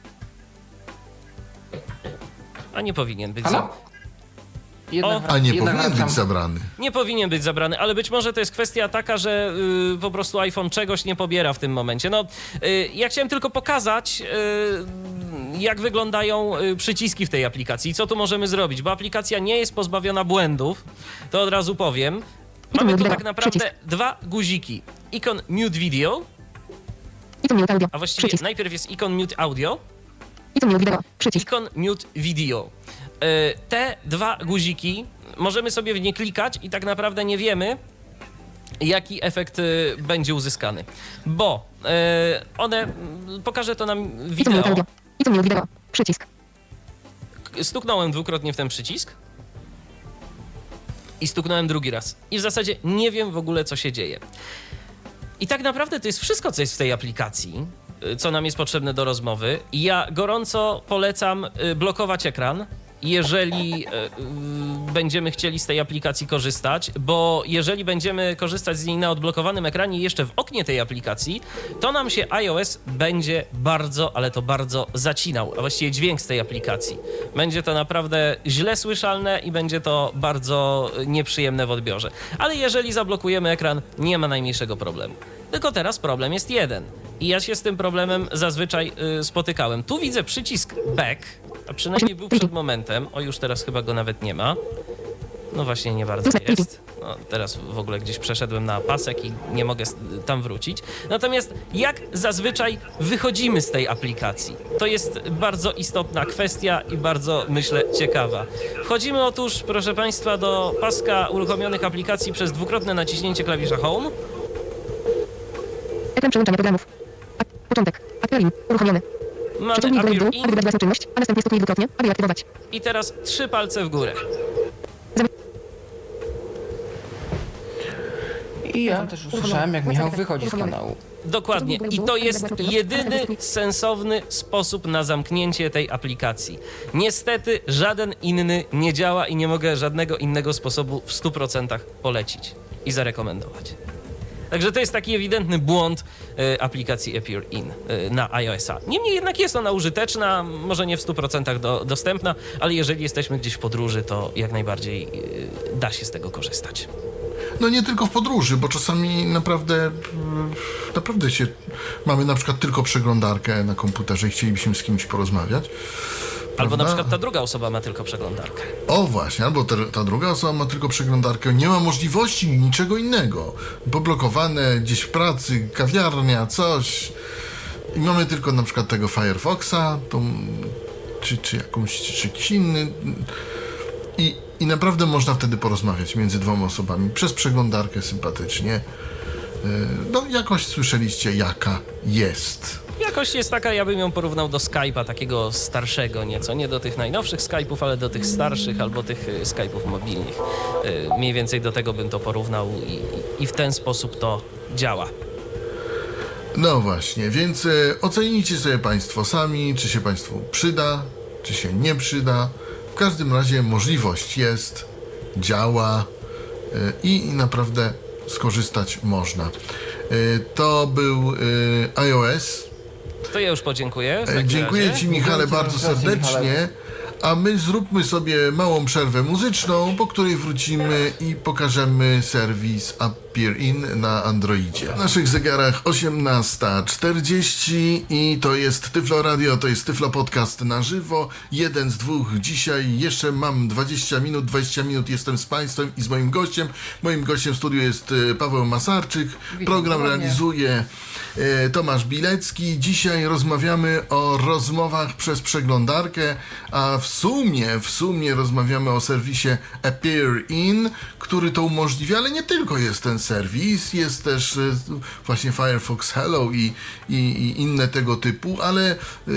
A nie powinien być zabrany. Halo? Jednak O, A nie Jednak powinien wracam. być zabrany. Nie powinien być zabrany, ale być może to jest kwestia taka, że y, po prostu iPhone czegoś nie pobiera w tym momencie. No, y, ja chciałem tylko pokazać, y, jak wyglądają y, przyciski w tej aplikacji i co tu możemy zrobić, bo aplikacja nie jest pozbawiona błędów, to od razu powiem. Mamy tu tak naprawdę dwa guziki. Ikon Mute Video, I to mute audio. a właściwie Przycisk. najpierw jest ikon Mute Audio, I to mute wideo. Przycisk. ikon Mute Video. Y, Te dwa guziki możemy sobie w nie klikać i tak naprawdę nie wiemy, jaki efekt y, będzie uzyskany. Bo y, one, mm, pokażę to nam I to mute wideo. audio. I to mute wideo. Przycisk. Stuknąłem dwukrotnie w ten przycisk i stuknąłem drugi raz. I w zasadzie nie wiem w ogóle, co się dzieje. I tak naprawdę to jest wszystko, co jest w tej aplikacji, y, co nam jest potrzebne do rozmowy. I ja gorąco polecam y, blokować ekran, jeżeli y, y, będziemy chcieli z tej aplikacji korzystać, bo jeżeli będziemy korzystać z niej na odblokowanym ekranie i jeszcze w oknie tej aplikacji, to nam się iOS będzie bardzo, ale to bardzo zacinał, a właściwie dźwięk z tej aplikacji. Będzie to naprawdę źle słyszalne i będzie to bardzo nieprzyjemne w odbiorze. Ale jeżeli zablokujemy ekran, nie ma najmniejszego problemu. Tylko teraz problem jest jeden. I ja się z tym problemem zazwyczaj y, spotykałem. Tu widzę przycisk back, a przynajmniej był przed momentem. O, już teraz chyba go nawet nie ma. No właśnie, nie bardzo jest. No, teraz w ogóle gdzieś przeszedłem na pasek i nie mogę s- tam wrócić. Natomiast jak zazwyczaj wychodzimy z tej aplikacji? To jest bardzo istotna kwestia i bardzo, myślę, ciekawa. Wchodzimy otóż, proszę Państwa, do paska uruchomionych aplikacji przez dwukrotne naciśnięcie klawisza Home. Ekran przełączania programów. A- Początek. Aktualnie. Uruchomiony. Mamy Przeciągnij dłoń w Appear dół, In aby wybrać własną czynność, a następnie stuknij dwukrotnie, aby aktywować. i teraz trzy palce w górę. I ja tam też usłyszałem, jak Michał wychodzi z kanału. Dokładnie. I to jest jedyny sensowny sposób na zamknięcie tej aplikacji. Niestety żaden inny nie działa i nie mogę żadnego innego sposobu w stu procentach polecić i zarekomendować. Także to jest taki ewidentny błąd y, aplikacji Appear In y, na iOS-a. Niemniej jednak jest ona użyteczna, może nie w stu procentach do, dostępna, ale jeżeli jesteśmy gdzieś w podróży, to jak najbardziej y, da się z tego korzystać. No nie tylko w podróży, bo czasami naprawdę mm, naprawdę się mamy na przykład tylko przeglądarkę na komputerze i chcielibyśmy z kimś porozmawiać. Albo Prawda? na przykład ta druga osoba ma tylko przeglądarkę. O właśnie, albo te, ta druga osoba ma tylko przeglądarkę, nie ma możliwości niczego innego. Poblokowane gdzieś w pracy, kawiarnia, coś. I mamy tylko na przykład tego Firefoxa, tą, czy, czy jakąś, czy jakiś inny. I, I naprawdę można wtedy porozmawiać między dwoma osobami przez przeglądarkę sympatycznie. Yy, No jakoś słyszeliście, jaka jest. Jakoś Jakość jest taka, ja bym ją porównał do Skype'a, takiego starszego nieco. Nie do tych najnowszych Skype'ów, ale do tych starszych albo tych y, Skype'ów mobilnych. Y, mniej więcej do tego bym to porównał i, i w ten sposób to działa. No właśnie, więc e, ocenijcie sobie Państwo sami, czy się Państwu przyda, czy się nie przyda. W każdym razie możliwość jest, działa e, i naprawdę skorzystać można. E, to był e, iOS. To ja już podziękuję. w E, takim dziękuję razie. Ci, Michale, bardzo serdecznie. A my zróbmy sobie małą przerwę muzyczną, po której wrócimy i pokażemy serwis AppearIn na Androidzie. W naszych zegarach osiemnasta czterdzieści i to jest Tyflo Radio, to jest Tyflo Podcast na żywo. Jeden z dwóch dzisiaj. Jeszcze mam dwadzieścia minut, dwadzieścia minut jestem z Państwem i z moim gościem. Moim gościem w studiu jest e, Paweł Masarczyk. Program realizuje e, Tomasz Bilecki. Dzisiaj rozmawiamy o rozmowach przez przeglądarkę, a w sumie, w sumie rozmawiamy o serwisie AppearIn, który to umożliwia, ale nie tylko jest ten serwis, jest też e, właśnie Firefox Hello i, i, i inne tego typu, ale e,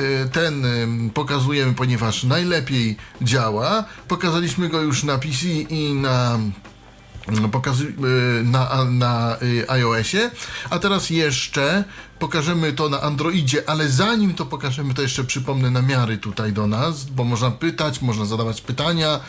ten e, pokazujemy, ponieważ najlepiej działa. Pokazaliśmy go już na P C i na Pokazuj, na, na iOSie, a teraz jeszcze pokażemy to na Androidzie, ale zanim to pokażemy, to jeszcze przypomnę namiary tutaj do nas, bo można pytać, można zadawać pytania,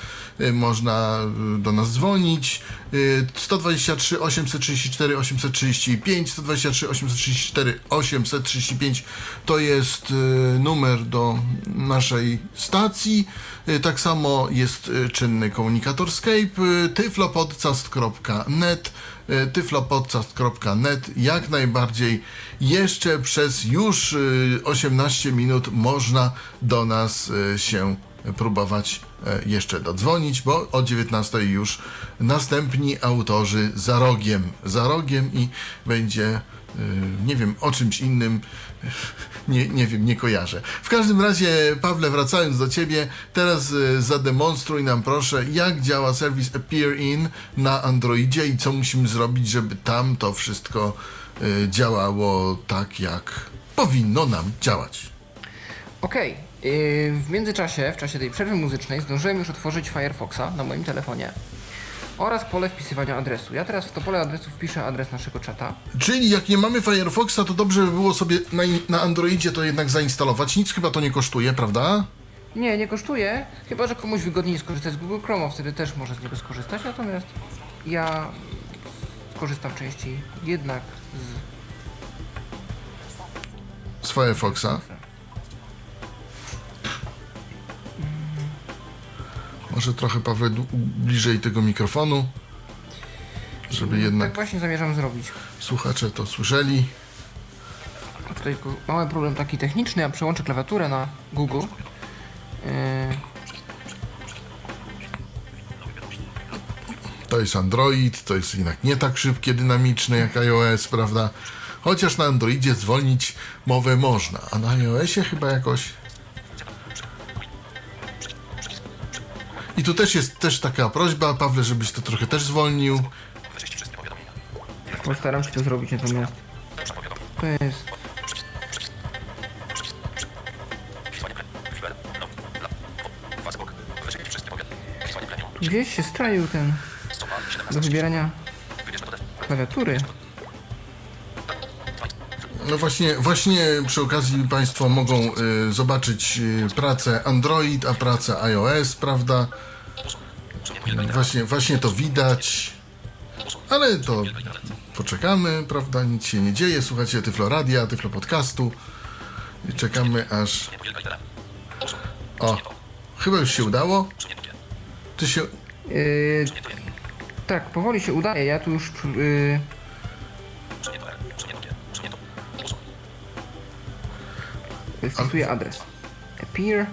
można do nas dzwonić. sto dwadzieścia trzy osiemset trzydzieści cztery osiemset trzydzieści pięć, sto dwadzieścia trzy osiemset trzydzieści cztery osiemset trzydzieści pięć to jest numer do naszej stacji. Tak samo jest czynny komunikator Skype, tyflopodcast kropka net, tyflopodcast kropka net. Jak najbardziej jeszcze przez już osiemnaście minut można do nas się próbować jeszcze dodzwonić, bo o dziewiętnastej już następni autorzy za rogiem, za rogiem i będzie nie wiem, o czymś innym, nie, nie wiem, nie kojarzę. W każdym razie, Pawle, wracając do Ciebie, teraz zademonstruj nam proszę, jak działa serwis AppearIn na Androidzie i co musimy zrobić, żeby tam to wszystko działało tak, jak powinno nam działać. Okej, okay. W międzyczasie, w czasie tej przerwy muzycznej zdążyłem już otworzyć Firefoxa na moim telefonie oraz pole wpisywania adresu. Ja teraz w to pole adresu wpiszę adres naszego czata. Czyli jak nie mamy Firefoxa, to dobrze by było sobie na, na Androidzie to jednak zainstalować. Nic chyba to nie kosztuje, prawda? Nie, nie kosztuje, chyba że komuś wygodniej skorzystać z Google Chroma, wtedy też może z niego skorzystać, natomiast ja skorzystam częściej jednak z... Z Firefoxa? Może trochę, Paweł, bliżej tego mikrofonu, żeby jednak... Tak właśnie zamierzam zrobić. Słuchacze to słyszeli. A tutaj mały problem taki techniczny, ja przełączę klawiaturę na Google. Yy... To jest Android, to jest jednak nie tak szybkie, dynamiczne jak iOS, prawda? Chociaż na Androidzie zwolnić mowę można, a na iOSie chyba jakoś... I tu też jest też taka prośba, Pawle, żebyś to trochę też zwolnił. Postaram się to zrobić, natomiast to jest... Gdzieś się straił ten do wybierania klawiatury. No właśnie, właśnie przy okazji Państwo mogą y, zobaczyć y, pracę Android, a pracę iOS, prawda? Właśnie, właśnie to widać, ale to poczekamy, prawda? Nic się nie dzieje. Słuchajcie Tyflo Radia, Tyflo Podcastu i czekamy aż... O, chyba już się udało. Czy się... Yy, tak, powoli się udaje. Ja tu już... Yy... wpisuję adres. Appear.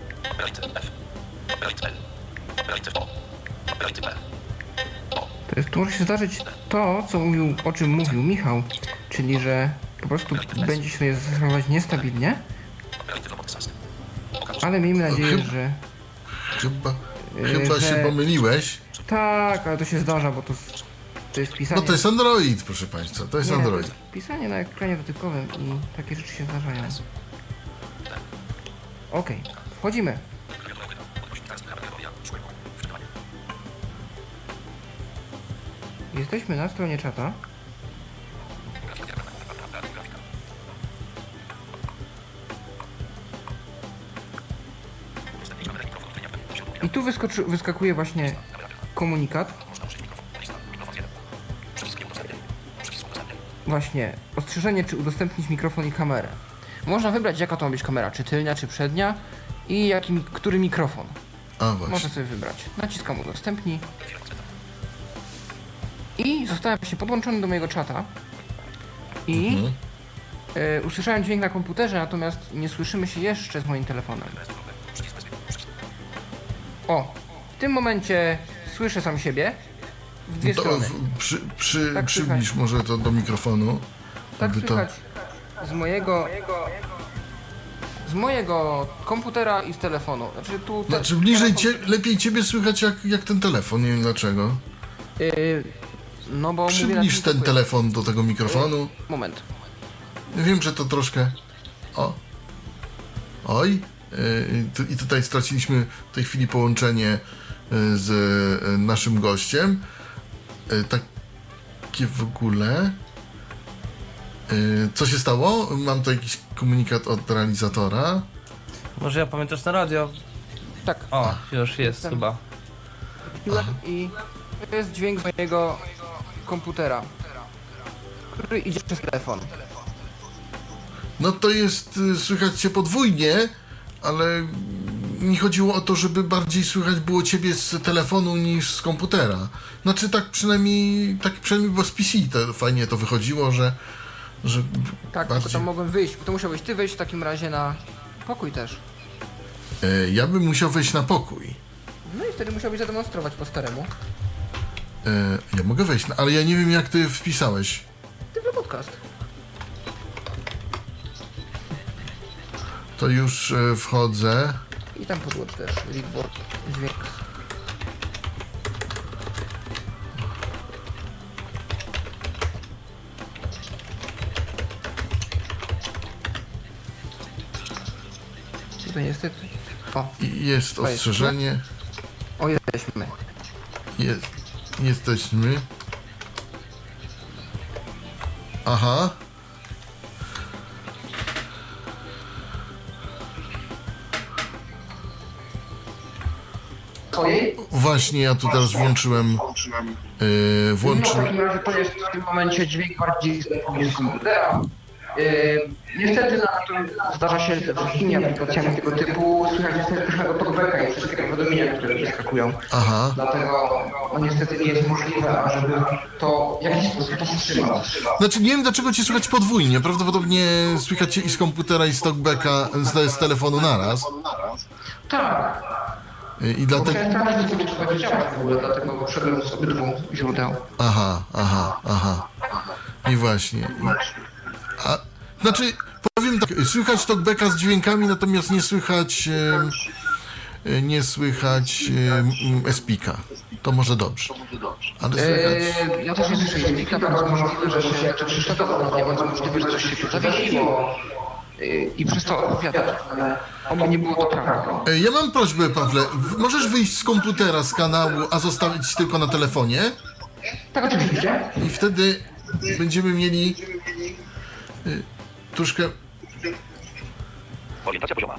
To jest To może się zdarzyć to, co mówił, o czym mówił Michał, czyli że po prostu będzie się zachowywać niestabilnie, ale miejmy nadzieję, Chyba- że Chyba, Yy, chyba że- się pomyliłeś. tak, ale to się zdarza, bo to, to jest pisanie... No to jest Android, proszę Państwa, to jest Nie, Android. to jest pisanie na ekranie dotykowym i takie rzeczy się zdarzają. Okej, wchodzimy. Jesteśmy na stronie czata. I tu wyskoczy, wyskakuje właśnie komunikat. Właśnie, ostrzeżenie, czy udostępnić mikrofon i kamerę. Można wybrać, jaka to ma być kamera, czy tylnia, czy przednia i jaki, mi- który mikrofon. A Można właśnie. sobie wybrać. Naciskam udostępnij. I zostałem właśnie podłączony do mojego czata. I Mhm. e, usłyszałem dźwięk na komputerze, natomiast nie słyszymy się jeszcze z moim telefonem. O, w tym momencie słyszę sam siebie w dwie To strony. w, przy, przy, Tak przybliż słychać. może to do mikrofonu. Tak aby to... słychać z mojego z mojego komputera i z telefonu. Znaczy tu te, Znaczy bliżej telefon- cie, lepiej ciebie słychać jak, jak ten telefon, nie wiem dlaczego. Yy, no bo mówię na Przybliż tym ten pokój. telefon do tego mikrofonu. Moment. Wiem, że to troszkę... O. Oj. Yy, tu- I tutaj straciliśmy w tej chwili połączenie yy, z yy, naszym gościem. Yy, takie w ogóle... Yy, co się stało? Mam tu jakiś komunikat od realizatora. Może ja pamiętasz na radio? Tak. O, już jest Jestem. chyba. Piłem i to jest dźwięk z mojego komputera, który idzie przez telefon. No to jest, y, słychać cię podwójnie, ale mi chodziło o to, żeby bardziej słychać było ciebie z telefonu niż z komputera. Znaczy tak przynajmniej, tak przynajmniej bo z P C to fajnie to wychodziło, że, że Tak, bardziej... tylko tam mogłem wyjść, bo to musiałbyś ty wyjść w takim razie na pokój też. E, ja bym musiał wejść na pokój. No i wtedy musiałbyś zademonstrować po staremu. E, ja mogę wejść, no, ale ja nie wiem jak ty wpisałeś. Tylko podcast. To już e, wchodzę. I tam podłącz też readboard dźwięk. Tutaj niestety... O, I jest To jest, ostrzeżenie. o jesteśmy. Jest, jesteśmy. Aha. Twojej? Właśnie ja tu teraz włączyłem. Yy, No w włączyłem. takim razie to jest w tym momencie dźwięk bardziej z komputera. Yy, niestety na tym zdarza się ze wszystkimi aplikacjami tego typu słychać niestety trochę talkbacka i wszystkie te powiadomienia, które wyskakują. Aha. Dlatego no, niestety nie jest możliwe, ażeby to w jakiś sposób powstrzymać. Znaczy nie wiem dlaczego cię słychać podwójnie. Prawdopodobnie słychać cię i z komputera i z talkbacka, z, z telefonu naraz. Tak, Yy, I bo dlatego. chciałem sprawdzić, co to będzie działać w ogóle, dlatego wszedłem z obydwu źródeł. Aha, aha, aha. I właśnie. I... A, znaczy, powiem tak, słychać talkbacka z dźwiękami, natomiast nie słychać. E, nie słychać e, Espika. To może dobrze. Ale słychać. Yy, ja też nie słyszę języka, bardzo możliwe, że się to prześladowało, nie bardzo możliwe, że coś się tu zawiesiło yy, i przez to odpowiadać, ale oby nie było to prawdą. E, Ja mam prośbę, Pawle, w- możesz wyjść z komputera, z kanału, a zostawić tylko na telefonie? Tak, oczywiście. I wtedy będziemy mieli y, troszkę... Orientacja pozioma.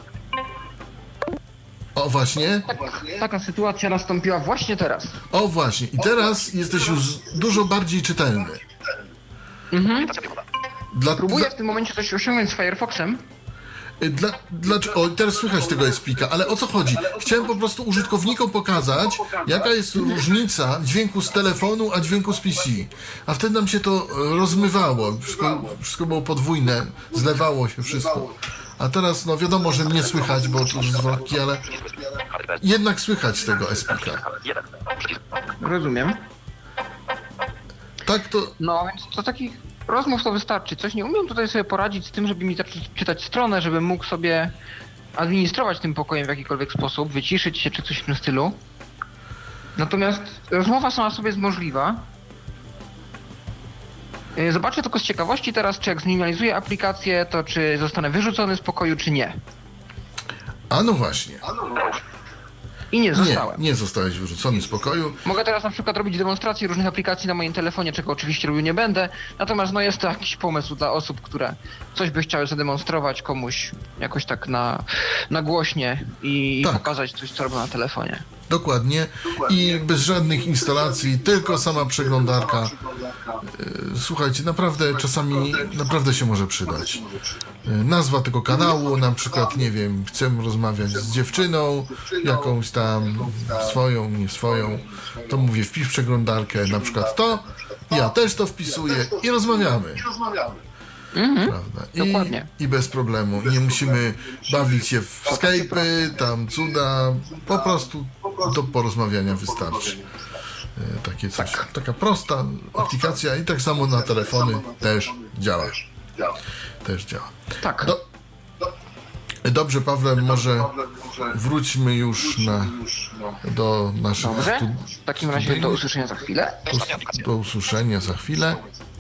O właśnie, Taka sytuacja nastąpiła właśnie teraz. o właśnie. I teraz jesteś już dużo bardziej czytelny. Orientacja pionowa. Dla, Próbuję w tym momencie coś osiągnąć z Firefoxem. Dla, dla, dlaczego, o, teraz słychać tego Espika, ale o co chodzi? Chciałem po prostu użytkownikom pokazać, jaka jest różnica dźwięku z telefonu, a dźwięku z P C. A wtedy nam się to rozmywało, wszystko, wszystko było podwójne, zlewało się wszystko. A teraz, no wiadomo, że mnie słychać, bo to zwrotki, ale jednak słychać tego Espika. jeden. Przycisk. Rozumiem. Tak to... No, więc to takich rozmów to wystarczy. Coś nie umiem tutaj sobie poradzić z tym, żeby mi zacząć czytać stronę, żebym mógł sobie administrować tym pokojem w jakikolwiek sposób, wyciszyć się czy coś w tym stylu. Natomiast rozmowa sama sobie jest możliwa. Zobaczę tylko z ciekawości teraz, czy jak zminimalizuję aplikację, to czy zostanę wyrzucony z pokoju, czy nie. A no właśnie. I nie zostałem. Nie, nie zostałeś wyrzucony z pokoju. Mogę teraz na przykład robić demonstracje różnych aplikacji na moim telefonie, czego oczywiście robił nie będę. Natomiast no jest to jakiś pomysł dla osób, które coś by chciały zademonstrować komuś jakoś tak na, na głośnie i Tak. pokazać coś, co robią na telefonie. Dokładnie. I bez żadnych instalacji, tylko sama przeglądarka. Słuchajcie, naprawdę czasami naprawdę się może przydać. Nazwa tego kanału, na przykład, nie wiem, chcę rozmawiać z dziewczyną, jakąś tam swoją, nie swoją, to mówię, wpisz przeglądarkę, na przykład to, ja też to wpisuję i rozmawiamy. Mhm. Prawda? I, Dokładnie. I bez problemu. Nie musimy bawić się w Skype'y, tam cuda, po prostu do porozmawiania wystarczy. E, takie coś. Taka prosta aplikacja i tak samo na telefony też działa. Też działa. Tak. Do, dobrze, Pawle, może wróćmy już na, do naszych Dobrze. stu, W takim razie do usłyszenia za chwilę. do, do usłyszenia za chwilę.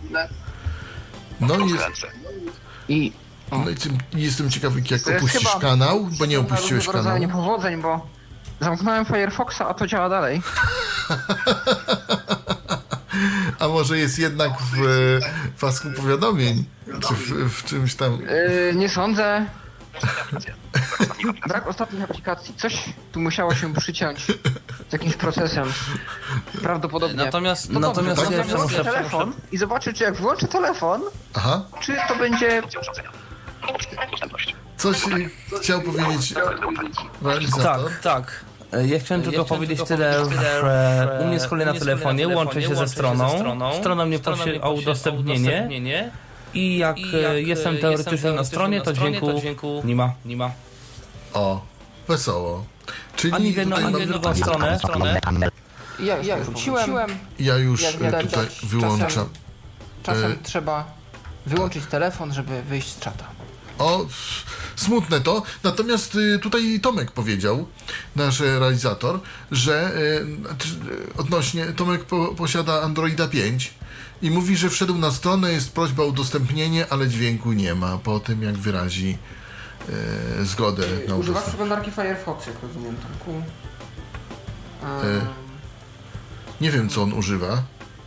No i jest, I no i tym, jestem ciekawy, jak To jest opuścisz chyba- kanał, bo nie opuściłeś różnego rodzaju kanału. niepowodzeń, bo zamknąłem Firefoxa, a to działa dalej. A może jest jednak w e, pasku powiadomień? Czy w, w czymś tam? Yy, nie sądzę. Brak ostatnich aplikacji. Coś tu musiało się przyciąć z jakimś procesem. Prawdopodobnie. Natomiast, No dobrze, natomiast to ja ja jeszcze włączę muszę... telefon i zobaczę, czy jak włączę telefon, Aha, czy to będzie... coś chciał powiedzieć realizator. Tak, tak. Ja chciałem tylko powiedzieć tyle, że u mnie z kolei na telefonie łączę się ze stroną. Strona mnie prosi o udostępnienie. I jak jestem teoretycznie na stronie, to dźwięku nie ma. Nie ma. O, wesoło. Czyli Ani w jedną, tutaj ani w mam- drugą stronę. stronę. Ja, ja już wróciłem. ja już Jak e, widać, tutaj czasem- wyłączam. Czasem E, trzeba wyłączyć telefon, żeby wyjść z czata. O, smutne to. Natomiast y, tutaj Tomek powiedział, nasz e, realizator, że y, t- odnośnie, Tomek po, posiada Androida pięć i mówi, że wszedł na stronę, jest prośba o udostępnienie, ale dźwięku nie ma po tym, jak wyrazi y, zgodę na Używasz udostępnienie. przeglądarki Firefox, jak rozumiem, Tomku. E, Nie wiem, co on używa.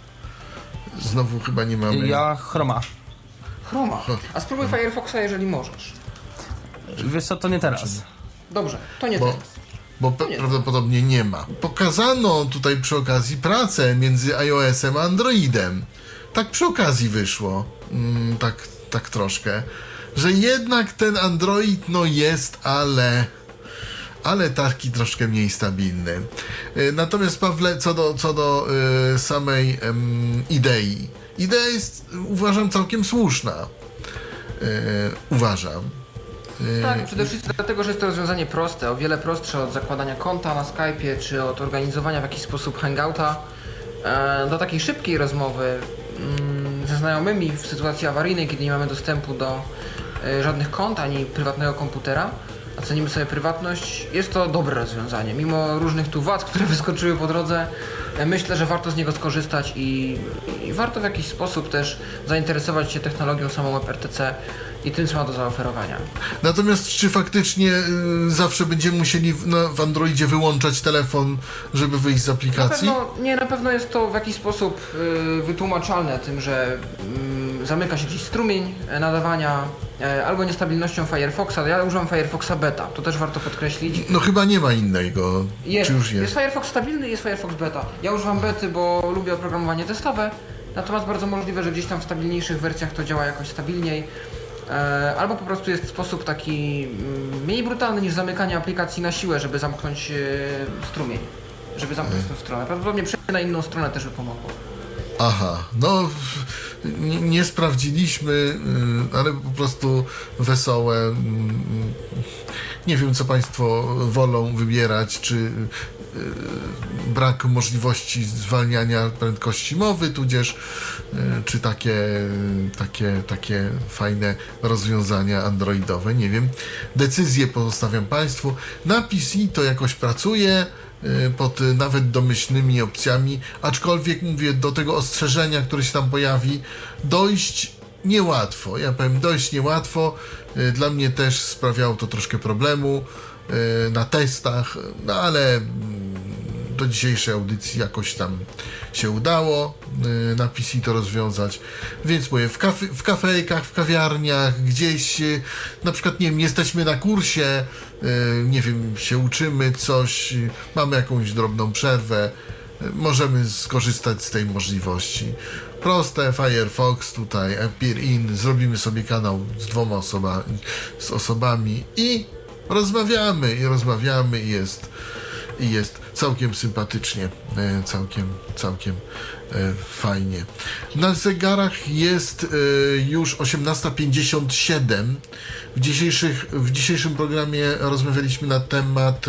Znowu chyba nie mamy... Ja Chroma. Chroma. A spróbuj Firefoxa, jeżeli możesz. Wiesz co, to nie teraz. Dobrze, to nie Bo- teraz. Bo pe- prawdopodobnie nie ma. Pokazano tutaj przy okazji pracę między iOS-em a Androidem. Tak przy okazji wyszło. Mm, tak, tak troszkę. Że jednak ten Android no jest, ale... ale taki troszkę mniej stabilny. Y, Natomiast Pawle, co do, co do y, samej em, idei. Idea jest, uważam, całkiem słuszna. Y, uważam. Y, Tak, przede wszystkim dlatego, że jest to rozwiązanie proste, o wiele prostsze od zakładania konta na Skype'ie, czy od organizowania w jakiś sposób hangouta. E, do takiej szybkiej rozmowy mm, ze znajomymi w sytuacji awaryjnej, kiedy nie mamy dostępu do e, żadnych kont ani prywatnego komputera, a cenimy sobie prywatność, jest to dobre rozwiązanie. Mimo różnych tu wad, które wyskoczyły po drodze, e, myślę, że warto z niego skorzystać i, i warto w jakiś sposób też zainteresować się technologią samą WebRTC i tym, co ma do zaoferowania. Natomiast czy faktycznie y, zawsze będziemy musieli w, na, w Androidzie wyłączać telefon, żeby wyjść z Na aplikacji? pewno, nie, na pewno jest to w jakiś sposób y, wytłumaczalne tym, że y, zamyka się jakiś strumień e, nadawania y, albo niestabilnością Firefoxa. Ja używam Firefoxa Beta, to też warto podkreślić. No chyba nie ma innego. Jest, Czy już jest jest? Firefox stabilny, jest Firefox Beta. Ja używam Bety, bo lubię oprogramowanie testowe, natomiast bardzo możliwe, że gdzieś tam w stabilniejszych wersjach to działa jakoś stabilniej. E, Albo po prostu jest sposób taki mm, mniej brutalny niż zamykanie aplikacji na siłę, żeby zamknąć e, strumień, żeby zamknąć tę stronę. Prawdopodobnie przejść na inną stronę też by pomogło. Aha, no w- nie, nie sprawdziliśmy, y, ale po prostu wesołe. mm, Nie wiem, co Państwo wolą wybierać, czy brak możliwości zwalniania prędkości mowy, tudzież czy takie, takie, takie fajne rozwiązania androidowe, nie wiem. Decyzje pozostawiam Państwu. Na P C to jakoś pracuje pod nawet domyślnymi opcjami, aczkolwiek mówię, do tego ostrzeżenia, które się tam pojawi, dojść niełatwo. Ja powiem, dojść niełatwo. Dla mnie też sprawiało to troszkę problemu na testach, no ale do dzisiejszej audycji jakoś tam się udało na P C to rozwiązać, więc mówię, w, kafe, w kafejkach, w kawiarniach, gdzieś na przykład, nie wiem, jesteśmy na kursie, nie wiem, się uczymy coś, mamy jakąś drobną przerwę, możemy skorzystać z tej możliwości. Proste, Firefox tutaj, Appear In, zrobimy sobie kanał z dwoma osobami, z osobami i rozmawiamy, i rozmawiamy i jest, i jest całkiem sympatycznie, całkiem, całkiem fajnie. Na zegarach jest już osiemnasta pięćdziesiąt siedem. W, dzisiejszych, w dzisiejszym programie rozmawialiśmy na temat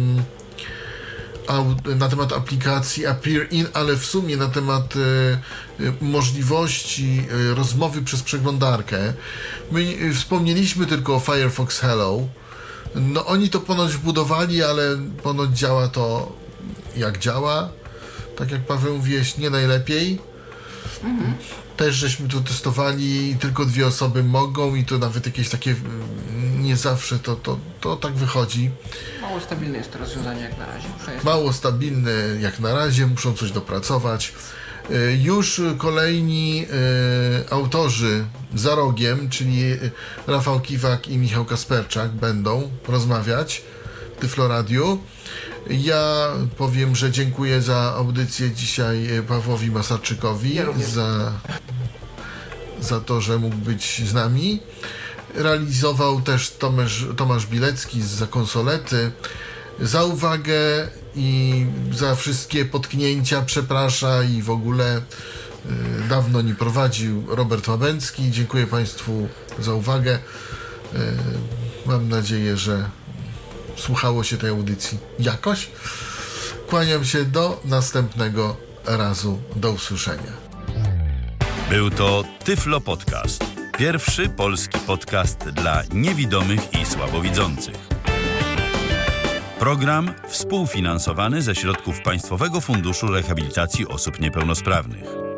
na temat aplikacji Appear In, ale w sumie na temat możliwości rozmowy przez przeglądarkę. My wspomnieliśmy tylko o Firefox Hello. No oni to ponoć wbudowali, ale ponoć działa to jak działa. Tak jak Paweł mówiłeś, nie najlepiej. Mhm. Też żeśmy tu testowali, tylko dwie osoby mogą i to nawet jakieś takie nie zawsze to, to, to tak wychodzi. Mało stabilne jest to rozwiązanie jak na razie. Mało stabilne jak na razie, muszą coś dopracować. Już kolejni autorzy za rogiem, czyli Rafał Kiwak i Michał Kasperczak będą rozmawiać w Tyflo Radiu. Ja powiem, że dziękuję za audycję dzisiaj Pawłowi Masarczykowi, ja za, za to, że mógł być z nami. Realizował też Tomasz, Tomasz Bilecki z Konsolety. Za uwagę i za wszystkie potknięcia przeprasza i w ogóle y, dawno nie prowadził Robert Łabęcki. Dziękuję Państwu za uwagę. Y, mam nadzieję, że słuchało się tej audycji jakoś. Kłaniam się do następnego razu. Do usłyszenia. Był to Tyflo Podcast. Pierwszy polski podcast dla niewidomych i słabowidzących. Program współfinansowany ze środków Państwowego Funduszu Rehabilitacji Osób Niepełnosprawnych.